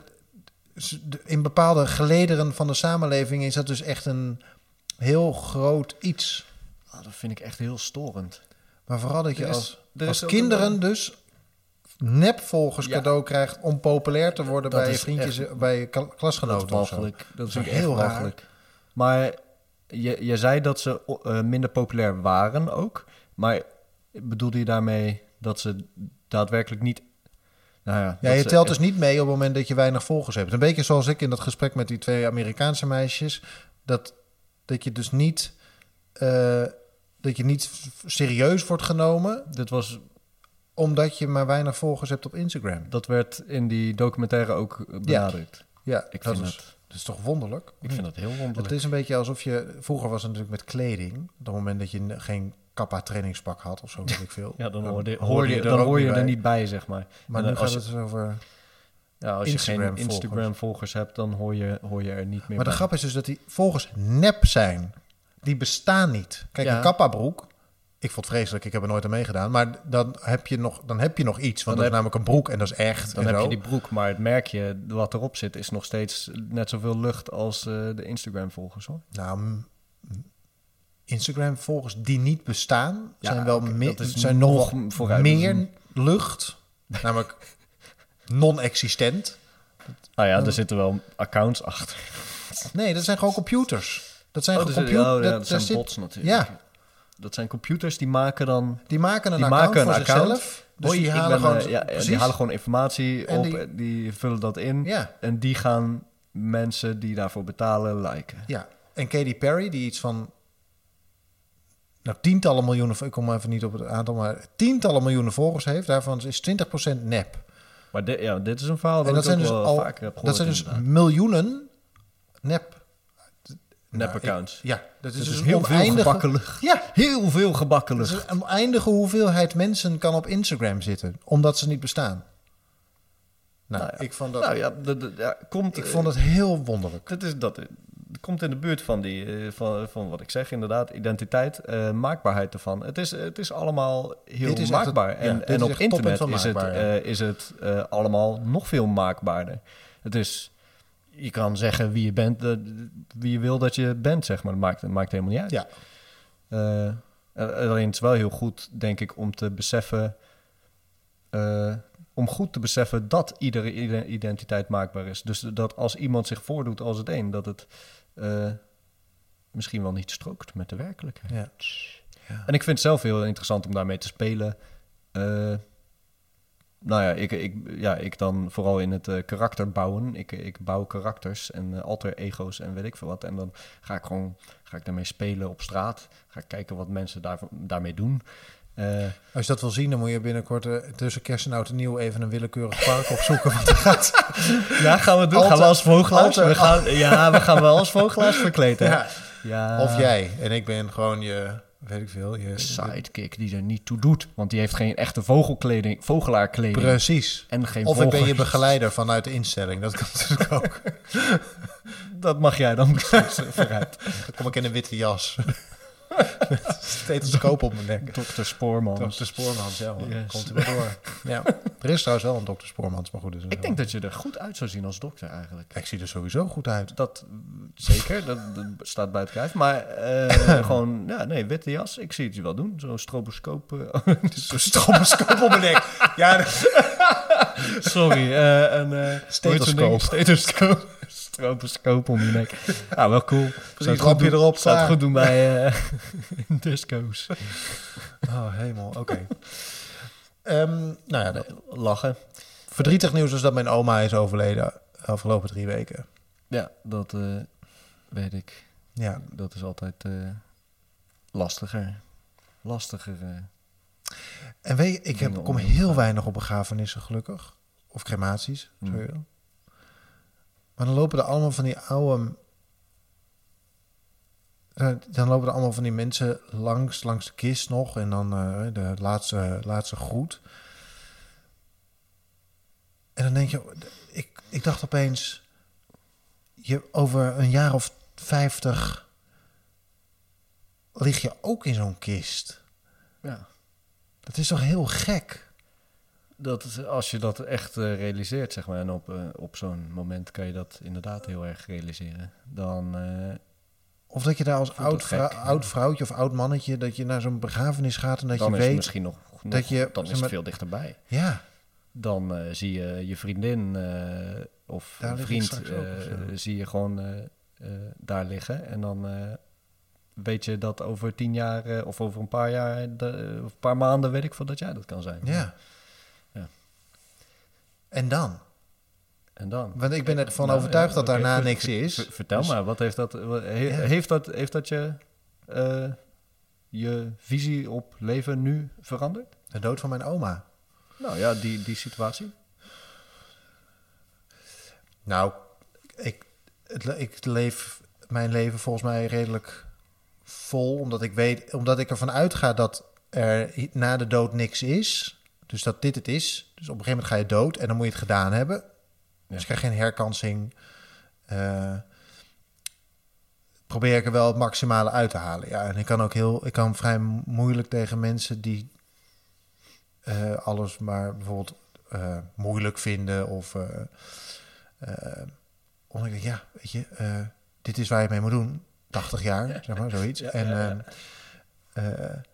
in bepaalde gelederen van de samenleving is dat dus echt een heel groot iets. Oh, dat vind ik echt heel storend. Maar vooral dat je is, als, als kinderen een... dus nepvolgers ja. cadeau krijgt om populair te worden dat bij je vriendjes, echt, bij je klasgenoten. Dat is mogelijk. Dat is ook heel mogelijk. Maar je, je zei dat ze uh, minder populair waren ook. Maar bedoelde je daarmee dat ze daadwerkelijk niet... Nou ja, ja, je telt dus niet mee op het moment dat je weinig volgers hebt. Een beetje zoals ik in dat gesprek met die twee Amerikaanse meisjes. Dat, dat je dus niet... Uh, dat je niet serieus wordt genomen. Dit was... Omdat je maar weinig volgers hebt op Instagram. Dat werd in die documentaire ook benadrukt. Ja, ja ik dat, vind is, het, dat is toch wonderlijk? Ik vind dat heel wonderlijk. Het is een beetje alsof je... Vroeger was het natuurlijk met kleding. Op het moment dat je geen kappa trainingspak had of zo, weet ik veel. Ja, dan hoor je, hoor je, dan hoor je er niet bij, zeg maar. Maar en nu gaat het dus over... Ja, als Instagram je geen Instagram-volgers hebt, dan hoor je, hoor je er niet meer Maar bij. de grap is dus dat die volgers nep zijn. Die bestaan niet. Kijk, ja. een kappa-broek... Ik vond het vreselijk, ik heb er nooit aan meegedaan. Maar dan heb je nog, dan heb je nog iets. Want dan dat is namelijk een broek en dat is echt. Dan heb zo. je die broek, maar het merkje wat erop zit... is nog steeds net zoveel lucht als uh, de Instagram-volgers, hoor. Nou, m- Instagram-volgers die niet bestaan... Ja, zijn wel okay, me- zijn nog nog meer lucht. Namelijk non-existent. Nou ja, er zitten wel accounts achter. Nee, dat zijn gewoon computers. Dat zijn oh, gewoon computers. compu- Oh, ja, dat, dat zijn zit, bots natuurlijk. Ja. Dat zijn computers die maken dan... Die maken een die account maken een voor account. zichzelf. Dus Hoi, die, halen ben, gewoon, uh, ja, die halen gewoon informatie en op. Die, die vullen dat in. Ja. En die gaan mensen die daarvoor betalen liken. Ja. En Katy Perry, die iets van... Nou, tientallen miljoenen... Ik kom even niet op het aantal, maar tientallen miljoenen volgers heeft. Daarvan is twintig procent nep. Maar dit, ja, dit is een verhaal dat, dat ik ook dus wel al, vaker heb gehoord. Dat zijn dus inderdaad. miljoenen nep... Nep-accounts. Nou, ja, dat is dus, dus heel oneindige... veel gebakken lucht. Ja. Heel veel gebakken lucht. Dus een oneindige hoeveelheid mensen kan op Instagram zitten, omdat ze niet bestaan. Nou, nou ja. ik vond dat... Nou ja, de, de, ja komt, ik vond het heel wonderlijk. Dat is dat. Het komt in de buurt van die, uh, van, van wat ik zeg, inderdaad, identiteit, uh, maakbaarheid ervan. Het is, het is allemaal heel is maakbaar. Het, en, ja, en op internet is het, uh, is het uh, allemaal nog veel maakbaarder. Het is... Je kan zeggen wie je bent, uh, wie je wil dat je bent, zeg maar. Dat maakt, dat maakt helemaal niet uit. Ja. Uh, alleen het is wel heel goed, denk ik, om te beseffen... Uh, om goed te beseffen dat iedere identiteit maakbaar is. Dus dat als iemand zich voordoet als het een... dat het uh, misschien wel niet strookt met de werkelijkheid. Ja. Ja. En ik vind het zelf heel interessant om daarmee te spelen... Uh, nou ja ik, ik, ja, ik dan vooral in het uh, karakter bouwen. Ik, ik bouw karakters en uh, alter ego's en weet ik veel wat. En dan ga ik gewoon ga ik daarmee spelen op straat. Ga ik kijken wat mensen daar, daarmee doen. Uh, Als je dat wil zien, dan moet je binnenkort uh, tussen kerst en oud en nieuw even een willekeurig park opzoeken. Want er gaat... Ja, gaan we doen. Alter, gaan we als vogelaars? We gaan, ja, we gaan wel als vogelaars verkleed. Hè? Ja. Ja. Of jij. En ik ben gewoon je, weet ik veel, je sidekick die er niet toe doet. Want die heeft geen echte vogelkleding, vogelaarkleding. Precies. En geen of vogels. ik ben je begeleider vanuit de instelling. Dat kan natuurlijk ook. Dat mag jij dan vooruit. Dan kom ik in een witte jas. Met stethoscoop op mijn nek. dokter Spoormans. dokter Spoormans, ja. Yes. Komt er weer door. Ja. Er is trouwens wel een dokter Spoormans, maar goed. Dus ik denk dat je er goed uit zou zien als dokter eigenlijk. Ik zie er sowieso goed uit. Dat zeker, dat, dat staat buiten kijf. Maar uh, gewoon, ja, nee, witte jas. Ik zie het je wel doen. Zo'n stroboscoop. Uh, Zo'n stroboscoop op mijn nek. Ja. Sorry, uh, een uh, stethoscoop. Stethoscoop. Stroboscoop om je nek. Ja, wel cool. Precies, lampje erop. Zou het goed doen bij uh, disco's. Oh, hemel. Oké. Okay. Um, nou ja, de, lachen. Verdrietig nieuws is dat mijn oma is overleden de afgelopen drie weken. Ja, dat uh, weet ik. Ja. Dat is altijd uh, lastiger. Lastiger. Uh, en weet je, ik heb, kom heel weinig op begrafenissen gelukkig. Of crematies, mm. sorry. Maar dan lopen er allemaal van die oude... Dan lopen er allemaal van die mensen langs, langs de kist nog. En dan uh, de laatste, laatste groet. En dan denk je... Ik, ik dacht opeens... Je, over een jaar of vijftig... lig je ook in zo'n kist. Ja. Dat is toch heel gek? Dat is, als je dat echt uh, realiseert, zeg maar... en op, uh, op zo'n moment kan je dat inderdaad heel erg realiseren. Dan... Uh, Of dat je daar als oud, vrou- oud vrouwtje of oud mannetje... dat je naar zo'n begrafenis gaat en dat dan je is weet... Het misschien nog, nog, dat je, dan is maar, het veel dichterbij. Ja. Dan uh, zie je je vriendin uh, of daar vriend... Uh, ook, zie je gewoon uh, uh, daar liggen. En dan uh, weet je dat over tien jaar... Uh, of over een paar jaar... De, of een paar maanden weet ik veel dat jij dat kan zijn. Ja. ja. En dan? En dan? Want ik ben ervan nou, overtuigd ja, dat okay, daarna niks is. V- vertel dus, maar, wat heeft dat... He, ja. heeft, dat heeft dat je... Uh, je visie op leven nu veranderd? De dood van mijn oma. Nou ja, die, die situatie. Nou, ik, ik leef mijn leven volgens mij redelijk vol. Omdat ik weet, omdat ik ervan uitga dat er na de dood niks is. Dus dat dit het is. Dus op een gegeven moment ga je dood en dan moet je het gedaan hebben. Ja. Dus ik krijg geen herkansing. Uh, probeer ik er wel het maximale uit te halen. Ja, en ik kan ook heel, ik kan vrij moeilijk tegen mensen die uh, alles maar bijvoorbeeld uh, moeilijk vinden of uh, uh, omdat ik denk, ja, weet je, uh, dit is waar je mee moet doen. tachtig jaar, ja. zeg maar, zoiets. Ja, en ja, ja. Uh, uh,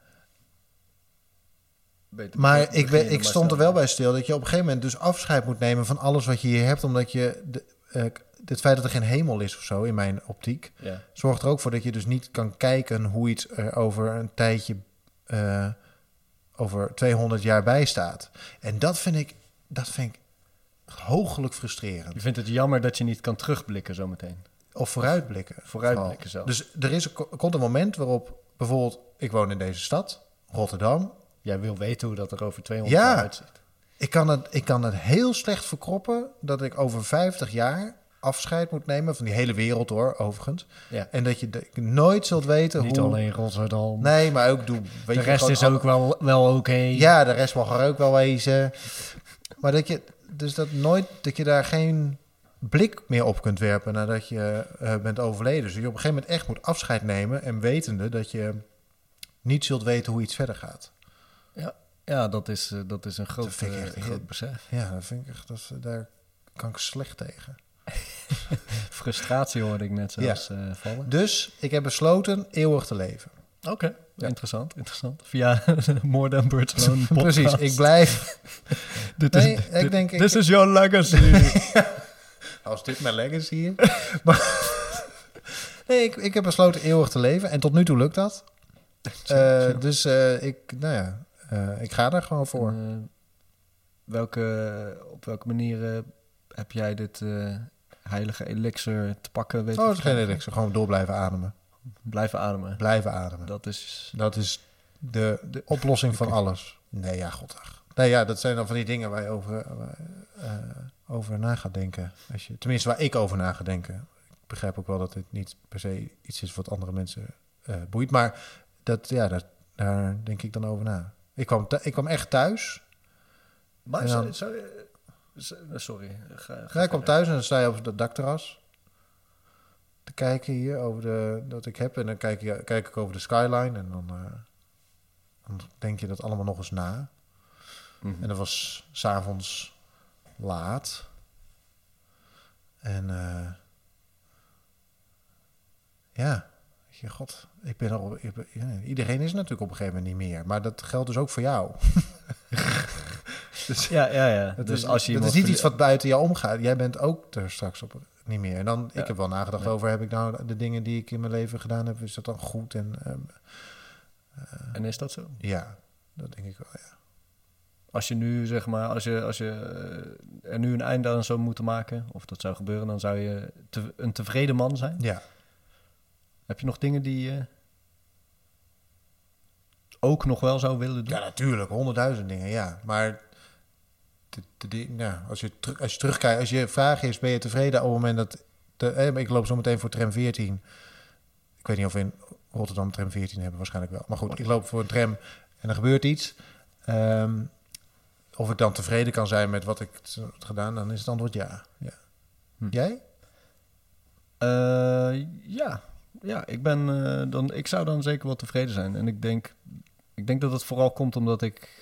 Beter maar begin, ik, ben, ik stond er wel bij stil dat je op een gegeven moment dus afscheid moet nemen van alles wat je hier hebt, omdat je de, uh, het feit dat er geen hemel is of zo in mijn optiek, ja. zorgt er ook voor dat je dus niet kan kijken hoe iets er over een tijdje, uh, over tweehonderd jaar bij staat. En dat vind ik, dat vind ik hoogelijk frustrerend. Je vindt het jammer dat je niet kan terugblikken zometeen? Of vooruitblikken. Vooruitblikken zelf. Dus er is, er komt een moment waarop bijvoorbeeld, ik woon in deze stad, Rotterdam. Jij wil weten hoe dat er over tweehonderd ja, jaar uitziet. Ik kan, het, ik kan het heel slecht verkroppen dat ik over vijftig jaar afscheid moet nemen van die hele wereld hoor, overigens. Ja. En dat je de, nooit zult weten Niet hoe... Niet alleen Rotterdam. Nee, maar ook doe... Weet de je, rest is ook wel, wel oké. Okay. Ja, de rest mag er ook wel wezen. Maar dat je... Dus dat nooit... Dat je daar geen blik meer op kunt werpen nadat je uh, bent overleden. Dus je op een gegeven moment echt moet afscheid nemen en wetende dat je niet zult weten hoe iets verder gaat. Ja, ja dat, is, uh, dat is een groot, dat uh, een groot besef. Ja, dat vind ik echt, dat, daar kan ik slecht tegen. Frustratie hoorde ik net zelfs ja. uh, vallen. Dus ik heb besloten eeuwig te leven. Oké, okay. ja. interessant, interessant. Via More Than Birds Alone podcast. Precies, ik blijf... dit is, nee, ik dit, denk... This ik... is your legacy. Als dit mijn legacy is. Maar, nee, ik, ik heb besloten eeuwig te leven. En tot nu toe lukt dat. Uh, dus uh, ik, nou ja, uh, ik ga daar gewoon voor. Uh, welke, op welke manier uh, heb jij dit uh, heilige elixir te pakken? Weet oh, het is geen elixir. Gewoon door blijven ademen. Blijven ademen. Blijven ademen. Dat is... Dat is de, de oplossing van okay. alles. Nee, ja, god. Nee, ja, dat zijn dan van die dingen waar je over, uh, over na gaat denken. Als je, tenminste, waar ik over na ga denken. Ik begrijp ook wel dat dit niet per se iets is wat andere mensen uh, boeit. Maar dat, ja, dat, daar denk ik dan over na. Ik kwam, th- ik kwam echt thuis. Maar dan, sorry, sorry. Ga, ga ja, ik kwam thuis en dan sta je op het dakterras te kijken hier over de dat ik heb. En dan kijk, je, kijk ik over de skyline en dan, uh, dan denk je dat allemaal nog eens na. Mm-hmm. En dat was 's avonds laat. En uh, ja, weet je, god, ik ben al. Ik ben, ja, iedereen is natuurlijk op een gegeven moment niet meer, maar dat geldt dus ook voor jou. dus, ja, ja, ja. Dat dus is, als je dat is niet iets wat buiten jou omgaat. Jij bent ook er straks op niet meer. En dan, ja. ik heb wel nagedacht ja. over, heb ik nou de dingen die ik in mijn leven gedaan heb, is dat dan goed? En, um, uh, en is dat zo? Ja, dat denk ik wel, ja. Als je nu, zeg maar, als je, als je er nu een einde aan zou moeten maken, of dat zou gebeuren, dan zou je te, een tevreden man zijn. Ja. Heb je nog dingen die je ook nog wel zou willen doen? Ja, natuurlijk. Honderdduizend dingen, ja. Maar de, de, de, ja, als, je ter, als je terugkijkt, als je vraag is, ben je tevreden op het moment dat... De, eh, ik loop zo meteen voor tram veertien. Ik weet niet of we in Rotterdam tram veertien hebben, waarschijnlijk wel. Maar goed, ik loop voor een tram en er gebeurt iets. Um, of ik dan tevreden kan zijn met wat ik heb gedaan, dan is het antwoord ja. ja. Hm. Jij? Uh, ja. Ja, ik, ben, uh, dan, ik zou dan zeker wel tevreden zijn. En ik denk, ik denk dat het vooral komt omdat ik...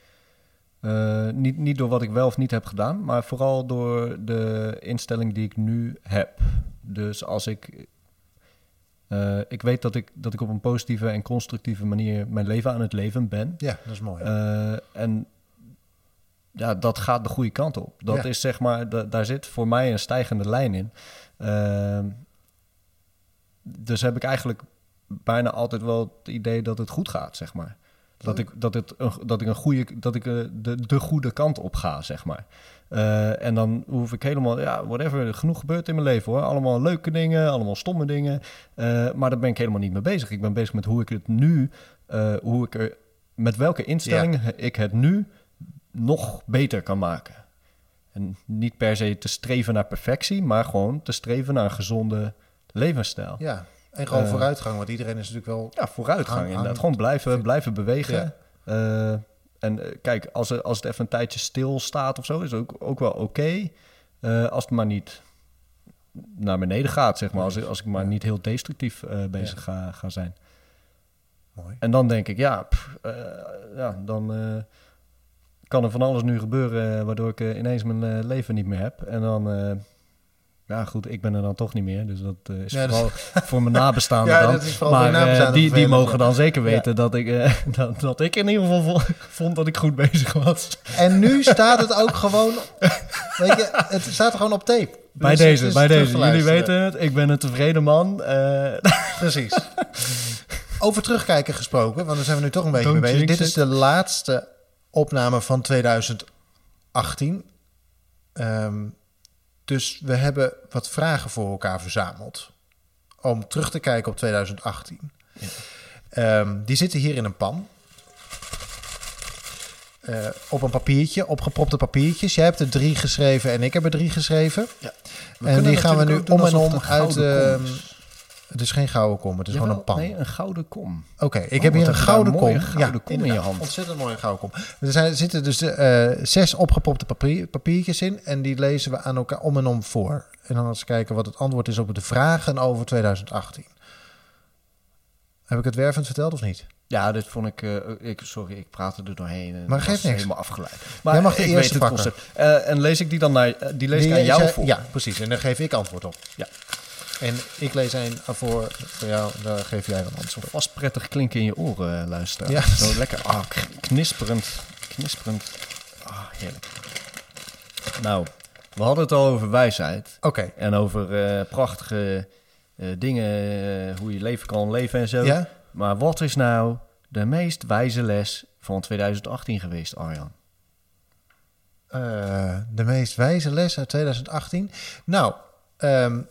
Uh, niet, niet door wat ik wel of niet heb gedaan, maar vooral door de instelling die ik nu heb. Dus als ik... Uh, ik weet dat ik, dat ik op een positieve en constructieve manier mijn leven aan het leven ben. Ja, dat is mooi. Uh, en ja, dat gaat de goede kant op. Dat ja. is zeg maar, da, daar zit voor mij een stijgende lijn in. Uh, dus heb ik eigenlijk bijna altijd wel het idee dat het goed gaat, zeg maar. Dat ik, dat het, dat ik een goede, dat ik de, de goede kant op ga, zeg maar. Uh, en dan hoef ik helemaal, ja, whatever, genoeg gebeurt in mijn leven hoor. Allemaal leuke dingen, allemaal stomme dingen. Uh, maar daar ben ik helemaal niet mee bezig. Ik ben bezig met hoe ik het nu, uh, hoe ik er, met welke instelling ja. ik het nu nog beter kan maken. En niet per se te streven naar perfectie, maar gewoon te streven naar een gezonde levensstijl. Ja. En gewoon uh, vooruitgang, want iedereen is natuurlijk wel... Ja, vooruitgang aan, inderdaad. Aan... Gewoon blijven, blijven bewegen. Ja. Uh, en uh, kijk, als, er, als het even een tijdje stil staat of zo, is het ook, ook wel oké. Okay. Uh, als het maar niet naar beneden gaat, zeg maar. Als, als ik maar ja. niet heel destructief uh, bezig ja. ga, ga zijn. Mooi. En dan denk ik, ja, pff, uh, ja dan uh, kan er van alles nu gebeuren... Uh, waardoor ik uh, ineens mijn uh, leven niet meer heb. En dan... Uh, Ja, goed, ik ben er dan toch niet meer. Dus dat uh, is ja, vooral dus... voor mijn nabestaanden ja, dan. Dat is maar uh, die, die mogen dan zeker weten ja. dat, ik, uh, dat, dat ik in ieder geval vond dat ik goed bezig was. En nu staat het ook gewoon... Weet je, het staat er gewoon op tape. Bij dus deze, bij deze. Jullie weten het. Ik ben een tevreden man. Uh... Precies. Over terugkijken gesproken, want daar zijn we nu toch een beetje Don't mee bezig. Dit is de laatste opname van twintig achttien. Um, Dus we hebben wat vragen voor elkaar verzameld om terug te kijken op twintig achttien. Ja. Um, die zitten hier in een pan. Uh, op een papiertje, opgepropte papiertjes. Jij hebt er drie geschreven en ik heb er drie geschreven. Ja. En die gaan we nu om en om uit... Uh, het is geen gouden kom, het is Jawel, gewoon een pan. Nee, een gouden kom. Oké, okay, ik oh, heb hier een gouden kom. Een gouden kom ja, in je hand. Ontzettend mooie gouden kom. Er zijn, zitten dus uh, zes opgepropte papier, papiertjes in en die lezen we aan elkaar om en om voor. En dan eens kijken wat het antwoord is op de vragen over twintig achttien. Heb ik het wervend verteld of niet? Ja, dit vond ik... Uh, ik sorry, ik praatte er doorheen. Maar geeft niks. Helemaal afgeleid. Maar jij mag de ik eerste weet het pakken. Uh, en lees ik die dan naar... Uh, die lees die ik aan jou jij, voor? Ja, precies. En daar geef ik antwoord op. Ja. En ik lees een voor, voor jou, daar geef jij een antwoord. Vast prettig klinken in je oren, luisteren. Ja. Zo lekker, ah, knisperend, knisperend. Ah, heerlijk. Nou, we hadden het al over wijsheid. Oké. Okay. En over uh, prachtige uh, dingen, uh, hoe je leven kan leven en zo. Ja? Maar wat is nou de meest wijze les van twintig achttien geweest, Arjan? Uh, de meest wijze les uit twintig achttien. Nou, um,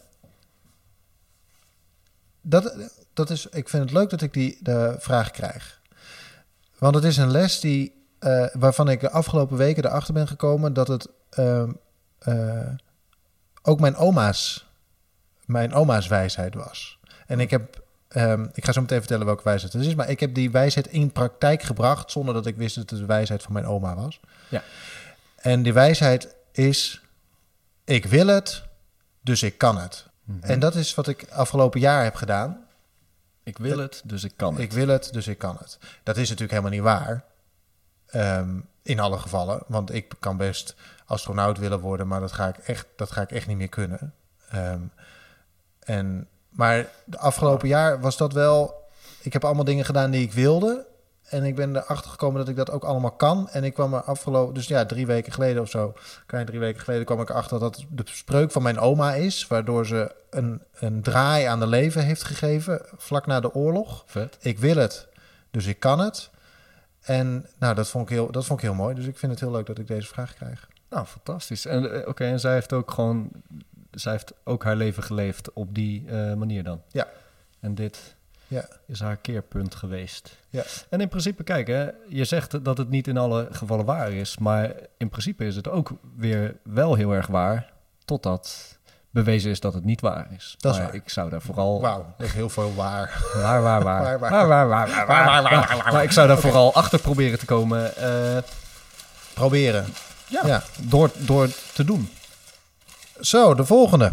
dat, dat is, ik vind het leuk dat ik die de vraag krijg. Want het is een les die, uh, waarvan ik de afgelopen weken erachter ben gekomen dat het uh, uh, ook mijn oma's, mijn oma's wijsheid was. En ik heb, um, ik ga zo meteen vertellen welke wijsheid het is, maar ik heb die wijsheid in praktijk gebracht zonder dat ik wist dat het de wijsheid van mijn oma was. Ja. En die wijsheid is, ik wil het, dus ik kan het. Mm-hmm. En dat is wat ik afgelopen jaar heb gedaan. Ik wil het, dus ik kan het. Ik wil het, dus ik kan het. Dat is natuurlijk helemaal niet waar. Um, in alle gevallen. Want ik kan best astronaut willen worden, maar dat ga ik echt, dat ga ik echt niet meer kunnen. Um, en, maar de afgelopen jaar was dat wel... Ik heb allemaal dingen gedaan die ik wilde. En ik ben erachter gekomen dat ik dat ook allemaal kan. En ik kwam er afgelopen... Dus ja, drie weken geleden of zo... Klein drie weken geleden kwam ik erachter dat het de spreuk van mijn oma is. Waardoor ze een, een draai aan de leven heeft gegeven. Vlak na de oorlog. Vet. Ik wil het, dus ik kan het. En nou, dat vond ik heel, dat vond ik heel mooi. Dus ik vind het heel leuk dat ik deze vraag krijg. Nou, fantastisch. En oké, okay, en zij heeft ook gewoon... Zij heeft ook haar leven geleefd op die uh, manier dan. Ja. En dit... Ja. Is haar keerpunt geweest. Ja. En in principe, kijk, hè, je zegt dat het niet in alle gevallen waar is, maar in principe is het ook weer wel heel erg waar, totdat bewezen is dat het niet waar is. Dat is maar waar. Ik zou daar vooral... Wauw, dat is heel veel waar. Waar, waar, waar. Waar, waar, waar, waar, waar, waar, waar, waar. Maar ik zou daar okay. vooral achter proberen te komen. Uh, proberen. Ja, ja. Door, door te doen. Zo, de volgende.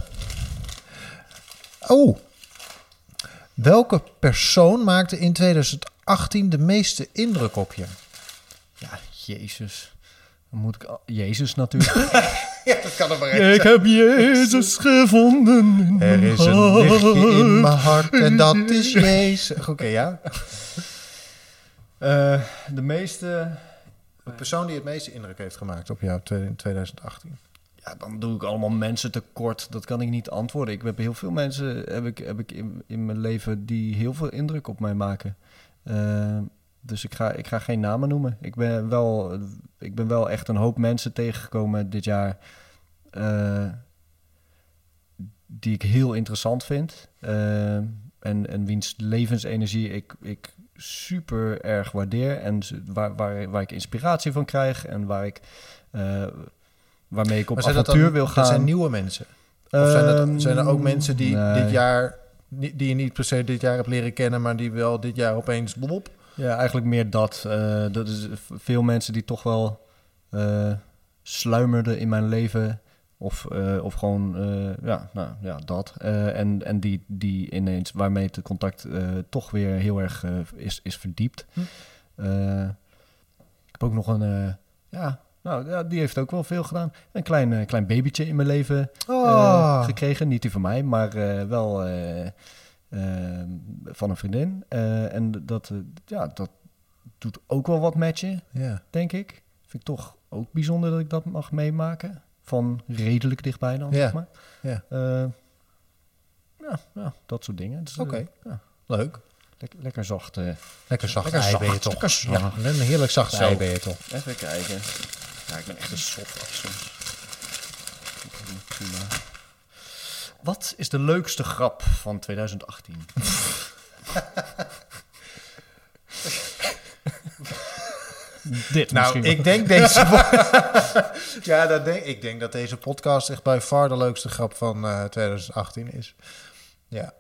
Oh, welke persoon maakte in twintig achttien de meeste indruk op je? Ja, Jezus. Dan moet ik... Al... Jezus natuurlijk. Ja, dat kan er maar echt zijn. Ik heb Jezus gevonden. Er is een lichtje in mijn hart en dat is Jezus. Oké, okay, ja. Uh, de meeste... De persoon die het meeste indruk heeft gemaakt op jou in twintig achttien. Ja, dan doe ik allemaal mensen tekort. Dat kan ik niet antwoorden. Ik heb heel veel mensen heb ik, heb ik in, in mijn leven die heel veel indruk op mij maken. Uh, dus ik ga, ik ga geen namen noemen. Ik ben wel, ik ben wel echt een hoop mensen tegengekomen dit jaar uh, die ik heel interessant vind. Uh, en, en wiens levensenergie ik, ik super erg waardeer. En waar, waar, waar ik inspiratie van krijg en waar ik... Uh, waarmee ik op avontuur dan, wil gaan. Dat zijn nieuwe mensen? Of zijn, dat, zijn er ook mensen die nee. dit jaar... die je niet per se dit jaar hebt leren kennen... maar die wel dit jaar opeens... Blop? Ja, eigenlijk meer dat. Uh, dat is veel mensen die toch wel... Uh, sluimerden in mijn leven... of, uh, of gewoon... Uh, ja, nou, ja, dat. Uh, en en die, die ineens... waarmee het contact uh, toch weer heel erg uh, is, is verdiept. Hm. Uh, ik heb ook nog een... Uh, ja... Nou, ja, die heeft ook wel veel gedaan. Een klein, uh, klein babytje in mijn leven oh. uh, gekregen. Niet die van mij, maar uh, wel uh, uh, van een vriendin. Uh, en dat, uh, ja, dat doet ook wel wat met je, yeah. denk ik. Vind ik toch ook bijzonder dat ik dat mag meemaken. Van redelijk dichtbij dan, yeah. zeg maar. Yeah. Uh, ja, ja, dat soort dingen. Dus, Oké, okay. uh, ja. Leuk. Lekker, lekker zacht. Uh, lekker zacht lekker ei zacht, ben je toch. Lekker zacht. Ja, een heerlijk zacht ei ben je toch. Even kijken. Ja, ik ben echt een soft soms. Wat is de leukste grap van twintig achttien? Dit nou, misschien. ik denk deze... ja, dat denk, ik denk dat deze podcast echt bij far de leukste grap van uh, twintig achttien is. Ja.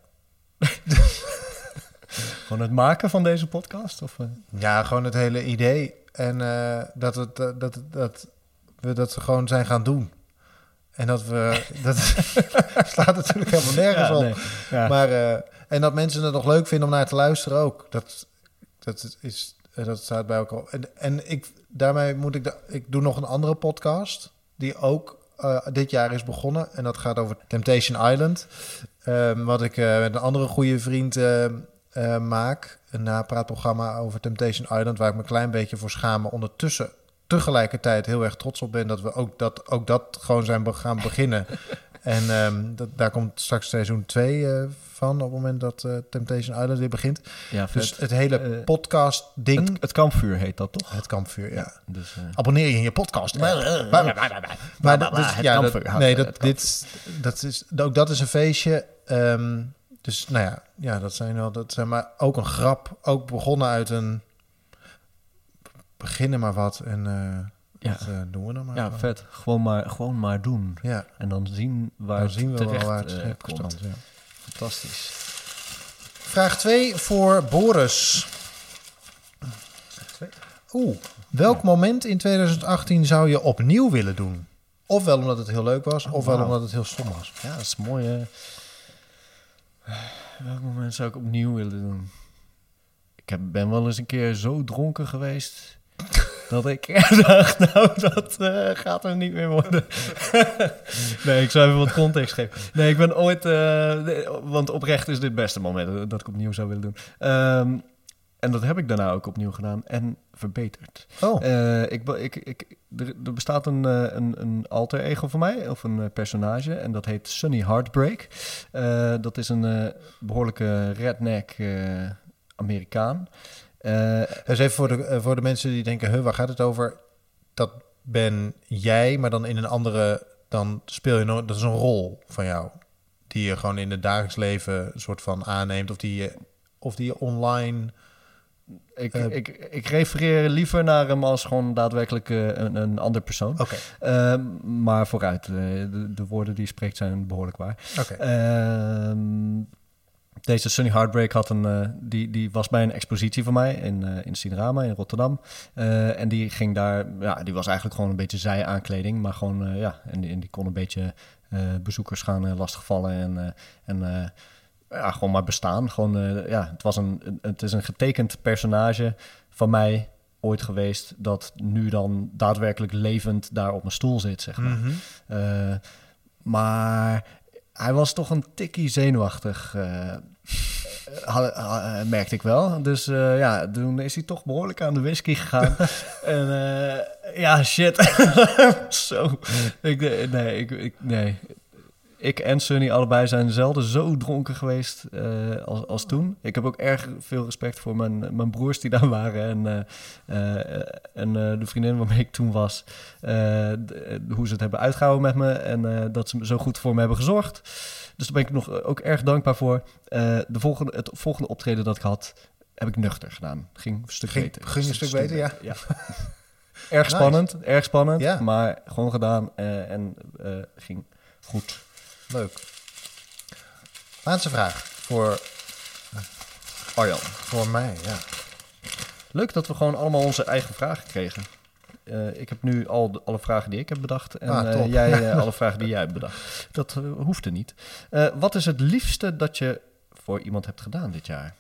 Gewoon het maken van deze podcast? Of, uh? Ja, gewoon het hele idee. En uh, dat, het, uh, dat, dat we dat we gewoon zijn gaan doen. En dat we... dat slaat natuurlijk helemaal nergens ja, op. Nee, ja. Maar, uh, en dat mensen het nog leuk vinden om naar te luisteren ook. Dat, dat, is, dat staat bij elkaar. En, en ik, daarmee moet ik... De, ik doe nog een andere podcast... die ook uh, dit jaar is begonnen. En dat gaat over Temptation Island. Um, wat ik uh, met een andere goede vriend... Uh, Uh, maak een napraatprogramma over Temptation Island... waar ik me een klein beetje voor schaam... maar ondertussen tegelijkertijd heel erg trots op ben... dat we ook dat, ook dat gewoon zijn gaan beginnen. En um, dat, daar komt straks seizoen twee uh, van... op het moment dat uh, Temptation Island weer begint. Ja, dus het hele uh, podcast-ding... Het, het kampvuur heet dat, toch? Het kampvuur, ja. ja dus, uh... Abonneer je in je podcast. Maar nee, dat, dit, dat is, ook dat is een feestje... Um, dus nou ja, ja, dat zijn wel... Dat zijn maar ook een grap. Ook begonnen uit een... Beginnen maar wat en... Uh, Ja, dat, uh, doen we dan maar. Ja, gewoon. vet. Gewoon maar, gewoon maar doen. Ja. En dan zien waar dan het zien we terecht wel waar het uh, komt. Stand, ja. Fantastisch. Vraag twee voor Boris. Oeh, welk ja. moment in twintig achttien zou je opnieuw willen doen? Ofwel omdat het heel leuk was, oh, ofwel wow. omdat het heel stom was. Ja, dat is mooi. Hè? Welk moment zou ik opnieuw willen doen? Ik heb, ben wel eens een keer zo dronken geweest... dat ik dacht, nou, dat uh, gaat er niet meer worden. Nee, ik zou even wat context geven. Nee, ik ben ooit... Uh, want oprecht is dit het beste moment dat ik opnieuw zou willen doen. Um, en dat heb ik daarna ook opnieuw gedaan en verbeterd. Oh. Uh, ik, ik, ik, er, er bestaat een, een, een alter ego van mij, of een personage... en dat heet Sunny Heartbreak. Uh, dat is een uh, behoorlijke redneck uh, Amerikaan... Uh, dus even voor de, uh, voor de mensen die denken, huh, waar gaat het over? Dat ben jij, maar dan in een andere... Dan speel je nog... Dat is een rol van jou. Die je gewoon in het dagelijks leven een soort van aanneemt. Of die je, of die je online... Ik, uh, ik, ik refereer liever naar hem als gewoon daadwerkelijk uh, een, een ander persoon. Okay. Uh, maar vooruit, uh, de, de woorden die je spreekt zijn behoorlijk waar. Okay. Uh, Deze Sunny Heartbreak had een, uh, die, die was bij een expositie van mij in, uh, in Cinerama in Rotterdam. Uh, en die ging daar, ja, die was eigenlijk gewoon een beetje zij-aankleding, maar gewoon, uh, ja, en die, en die kon een beetje uh, bezoekers gaan uh, lastigvallen en, uh, en uh, ja, gewoon maar bestaan. Gewoon, uh, ja, het was een, een, het is een getekend personage van mij ooit geweest dat nu dan daadwerkelijk levend daar op mijn stoel zit, zeg maar. Mm-hmm. Uh, maar hij was toch een tikkie zenuwachtig, uh, ha, ha, merkte ik wel. Dus uh, ja, toen is hij toch behoorlijk aan de whisky gegaan. en uh, ja, shit. Zo. Ik, nee, ik, ik, nee. Ik en Sunny allebei zijn zelden zo dronken geweest uh, als, als toen. Ik heb ook erg veel respect voor mijn, mijn broers die daar waren. En, uh, uh, en uh, de vriendin waarmee ik toen was. Uh, de, hoe ze het hebben uitgehouden met me. En uh, dat ze zo goed voor me hebben gezorgd. Dus daar ben ik nog ook erg dankbaar voor. Uh, de volgende, het volgende optreden dat ik had, heb ik nuchter gedaan. Ging een stuk ging, beter. Ging een stuk, stuk beter, ja. ja. Erg spannend, nice. erg spannend. Ja. Maar gewoon gedaan uh, en uh, ging goed. Leuk. Laatste vraag voor Arjan. Voor mij, ja. Leuk dat we gewoon allemaal onze eigen vragen kregen. Uh, ik heb nu al de, alle vragen die ik heb bedacht. En ah, uh, jij uh, alle vragen die jij hebt bedacht. Dat uh, hoefde niet. Uh, wat is het liefste dat je voor iemand hebt gedaan dit jaar?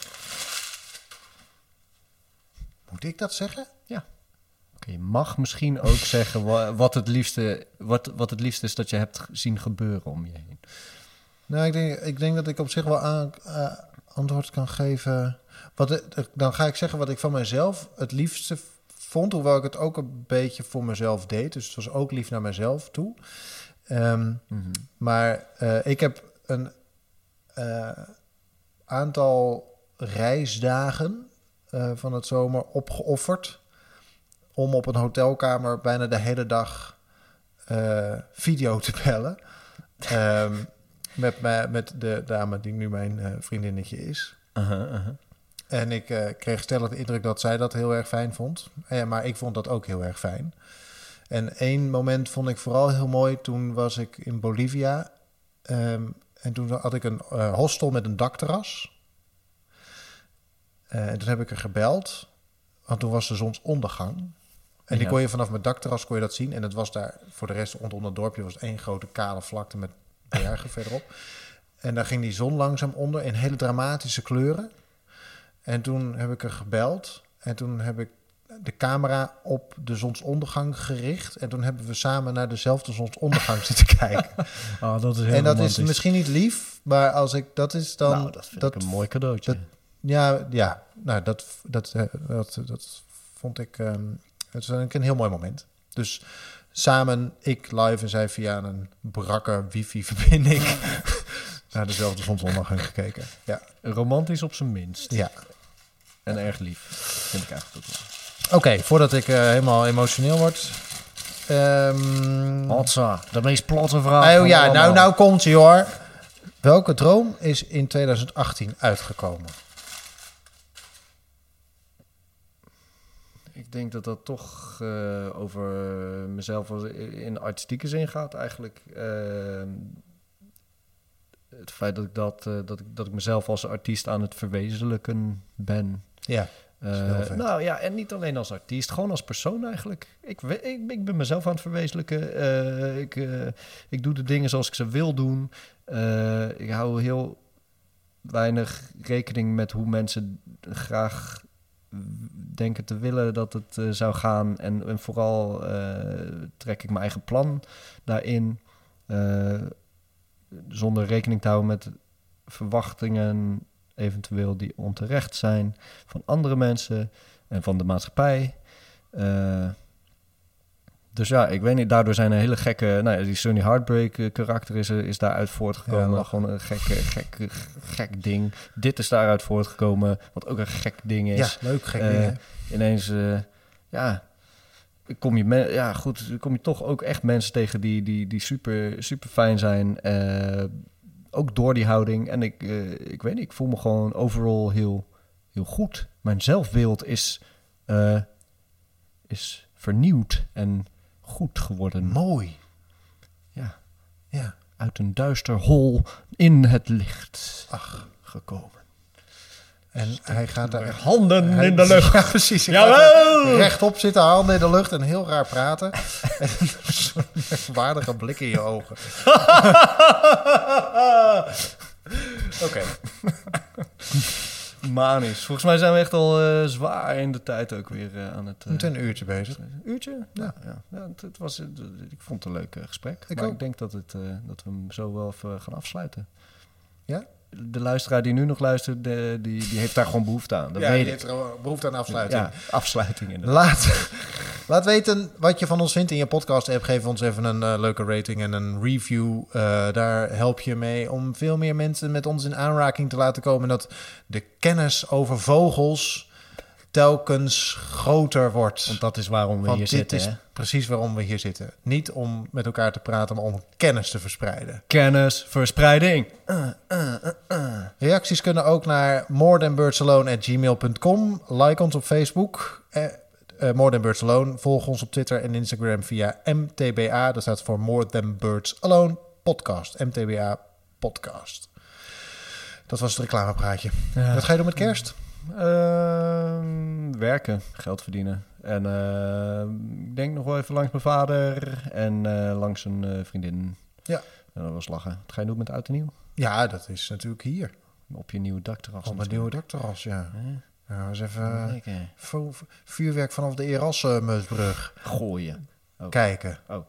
Moet ik dat zeggen? Ja. Okay, je mag misschien ook zeggen wa- wat, het liefste, wat, wat het liefste is dat je hebt zien gebeuren om je heen. Nou, ik denk, ik denk dat ik op zich wel aan, uh, antwoord kan geven. Wat, uh, dan ga ik zeggen wat ik van mezelf het liefste vond, hoewel ik het ook een beetje voor mezelf deed. Dus het was ook lief naar mezelf toe. Um, mm-hmm. Maar uh, ik heb een uh, aantal reisdagen uh, van het zomer opgeofferd om op een hotelkamer bijna de hele dag uh, video te bellen. um, met, me, met de dame die nu mijn uh, vriendinnetje is. Uh-huh, uh-huh. En ik uh, kreeg stellig de indruk dat zij dat heel erg fijn vond. Ja, maar ik vond dat ook heel erg fijn. En één moment vond ik vooral heel mooi. Toen was ik in Bolivia. Um, en toen had ik een uh, hostel met een dakterras. Uh, en toen heb ik er gebeld. Want toen was de zonsondergang. En die ja. kon je vanaf mijn dakterras kon je dat zien. En het was daar voor de rest rondom het dorpje was één grote kale vlakte met bergen verderop. En daar ging die zon langzaam onder in hele dramatische kleuren. En toen heb ik er gebeld. En toen heb ik de camera op de zonsondergang gericht. En toen hebben we samen naar dezelfde zonsondergang zitten kijken. Oh, dat is heel en dat romantisch. Is misschien niet lief, maar als ik dat is dan... Nou, dat vind dat, ik een mooi cadeautje. Dat, ja, ja, nou, dat, dat, dat, dat, dat vond ik... Um, het is een, een heel mooi moment. Dus samen, ik live en zij via een brakke wifi-verbinding naar dezelfde zonsondergang gekeken. Ja. Romantisch op zijn minst. Ja. En erg lief, vind ik eigenlijk ook wel. Oké, okay, voordat ik uh, helemaal emotioneel word. Um... Hotsa, de meest plotte vraag. Oh ja, allemaal. nou, nou komt ie hoor. Welke droom is in twintig achttien uitgekomen? Ik denk dat dat toch uh, over mezelf in de artistieke zin gaat eigenlijk. Uh, het feit dat ik, dat, uh, dat, ik, dat ik mezelf als artiest aan het verwezenlijken ben. Ja. Uh, nou ja, en niet alleen als artiest, gewoon als persoon eigenlijk. Ik, ik, ik ben mezelf aan het verwezenlijken. Uh, ik, uh, ik doe de dingen zoals ik ze wil doen. Uh, ik hou heel weinig rekening met hoe mensen graag denken te willen dat het uh, zou gaan. En, en vooral uh, trek ik mijn eigen plan daarin. Uh, zonder rekening te houden met verwachtingen eventueel die onterecht zijn van andere mensen en van de maatschappij. Uh, dus ja, ik weet niet, daardoor zijn er hele gekke... Nou ja, die Sunny Heartbreak uh, karakter is, is daaruit voortgekomen. Ja, gewoon een gek, gek, gek ding. Dit is daaruit voortgekomen, wat ook een gek ding is. Ja, leuk, gek uh, ding. Ineens, uh, ja... Kom je, me- ja, goed, kom je toch ook echt mensen tegen die, die, die super, super fijn zijn. Uh, ook door die houding. En ik, uh, ik weet niet, ik voel me gewoon overal heel, heel goed. Mijn zelfbeeld is, uh, is vernieuwd en goed geworden. Mooi. Ja. Ja. Uit een duister hol in het licht Ach. gekomen. En hij gaat daar... Handen hij, in de lucht. Ja, precies. Jawel! Rechtop zitten, handen in de lucht en heel raar praten. En zo'n merkwaardige blik in je ogen. Oké. Okay. Manisch. Volgens mij zijn we echt al uh, zwaar in de tijd ook weer uh, aan het... Uh, Met een uurtje bezig. Een uurtje? Ja. ja, ja. het, het was, uh, ik vond het een leuk uh, gesprek. Ik maar ook. ik denk dat, het, uh, dat we hem zo wel even gaan afsluiten. Ja? De luisteraar die nu nog luistert, de, die, die heeft daar gewoon behoefte aan. Dat ja, weet die ik. heeft er behoefte aan afsluiting. Ja, afsluiting inderdaad. Laat, laat weten wat je van ons vindt in je podcast-app. Geef ons even een uh, leuke rating en een review. Uh, daar help je mee om veel meer mensen met ons in aanraking te laten komen. Dat de kennis over vogels telkens groter wordt. Want dat is waarom we Want hier dit zitten. is Hè? precies waarom we hier zitten. Niet om met elkaar te praten, maar om kennis te verspreiden. Kennisverspreiding. Uh, uh, uh, uh. Reacties kunnen ook naar more than birds alone at gmail dot com. Like ons op Facebook. Uh, uh, More Than Birds Alone. Volg ons op Twitter en Instagram via M T B A. Dat staat voor More Than Birds Alone Podcast. M T B A Podcast. Dat was het reclamepraatje. Ja. Wat ga je doen met kerst? Uh, werken, geld verdienen. En uh, ik denk nog wel even langs mijn vader en uh, langs een uh, vriendin. Ja. En dat was lachen. Wat ga je doen met oud en nieuw? Ja, dat is natuurlijk hier. Op je nieuwe dakterras. Op mijn nieuwe dakterras, ja. Huh? Ja, eens even uh, vu- vuurwerk vanaf de Erasmusbrug. Gooien. Oh. Kijken. Oh.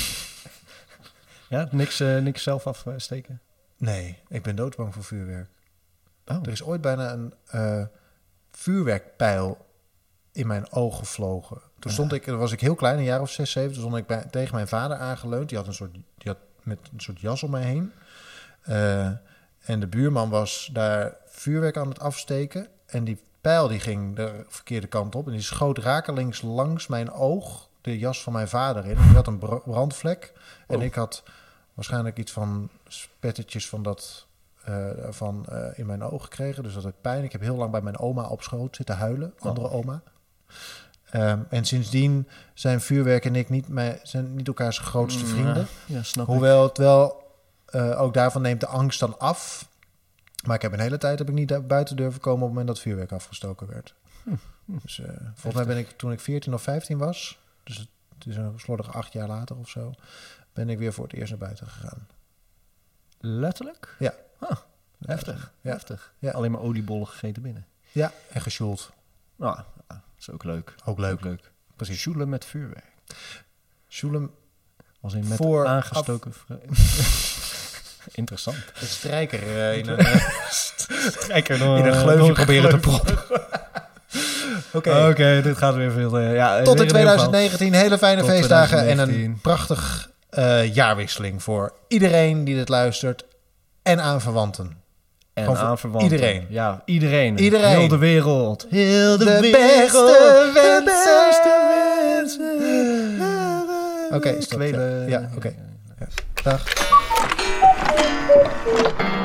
Ja, niks, uh, niks zelf afsteken? Nee, ik ben doodsbang voor vuurwerk. Oh. Er is ooit bijna een uh, vuurwerkpijl in mijn oog gevlogen. Toen stond ik, was ik heel klein, een jaar of zes, zeven. Toen stond ik bij, tegen mijn vader aangeleund. Die had een soort, die had met een soort jas om mij heen. Uh, en de buurman was daar vuurwerk aan het afsteken. En die pijl die ging de verkeerde kant op. En die schoot rakelings langs mijn oog de jas van mijn vader in. Die had een brandvlek. En oh. ik had waarschijnlijk iets van spettertjes van dat... Uh, van uh, in mijn oog gekregen. Dus dat had pijn. Ik heb heel lang bij mijn oma op schoot zitten huilen. Andere oh. oma. Um, en sindsdien zijn vuurwerk en ik niet, mij, zijn niet elkaars grootste vrienden. Ja, snap Hoewel ik. het wel... Uh, ook daarvan neemt de angst dan af. Maar ik heb een hele tijd heb ik niet buiten durven komen... op het moment dat vuurwerk afgestoken werd. Hm. Dus uh, volgens mij ben ik toen ik veertien of vijftien was... dus het, het is een slordige acht jaar later of zo... ben ik weer voor het eerst naar buiten gegaan. Letterlijk? Ja. Huh. Heftig, ja. heftig. Ja. Alleen maar oliebollen gegeten binnen. Ja, en gesjoeld. Nou, dat is ook leuk. Ook leuk. Ook leuk. Precies. Sjoelen met vuurwerk. Sjoelen als in met voor aangestoken... Interessant. De strijker uh, in een... Uh, strijker door, in een gleufje proberen te proppen. Oké, okay. okay, dit gaat weer veel... Uh, ja, tot in twintig negentien, hele fijne Tot feestdagen en een prachtig uh, jaarwisseling voor iedereen die dit luistert en aanverwanten. En aanverwanten. Iedereen. Ja, iedereen. Iedereen. Heel de wereld. Heel de, de wereld. Beste de beste wensen. Oké, okay, stop. Ja, ja oké. Okay. Ja. Dag.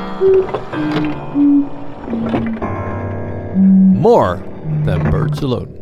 More than birds alone.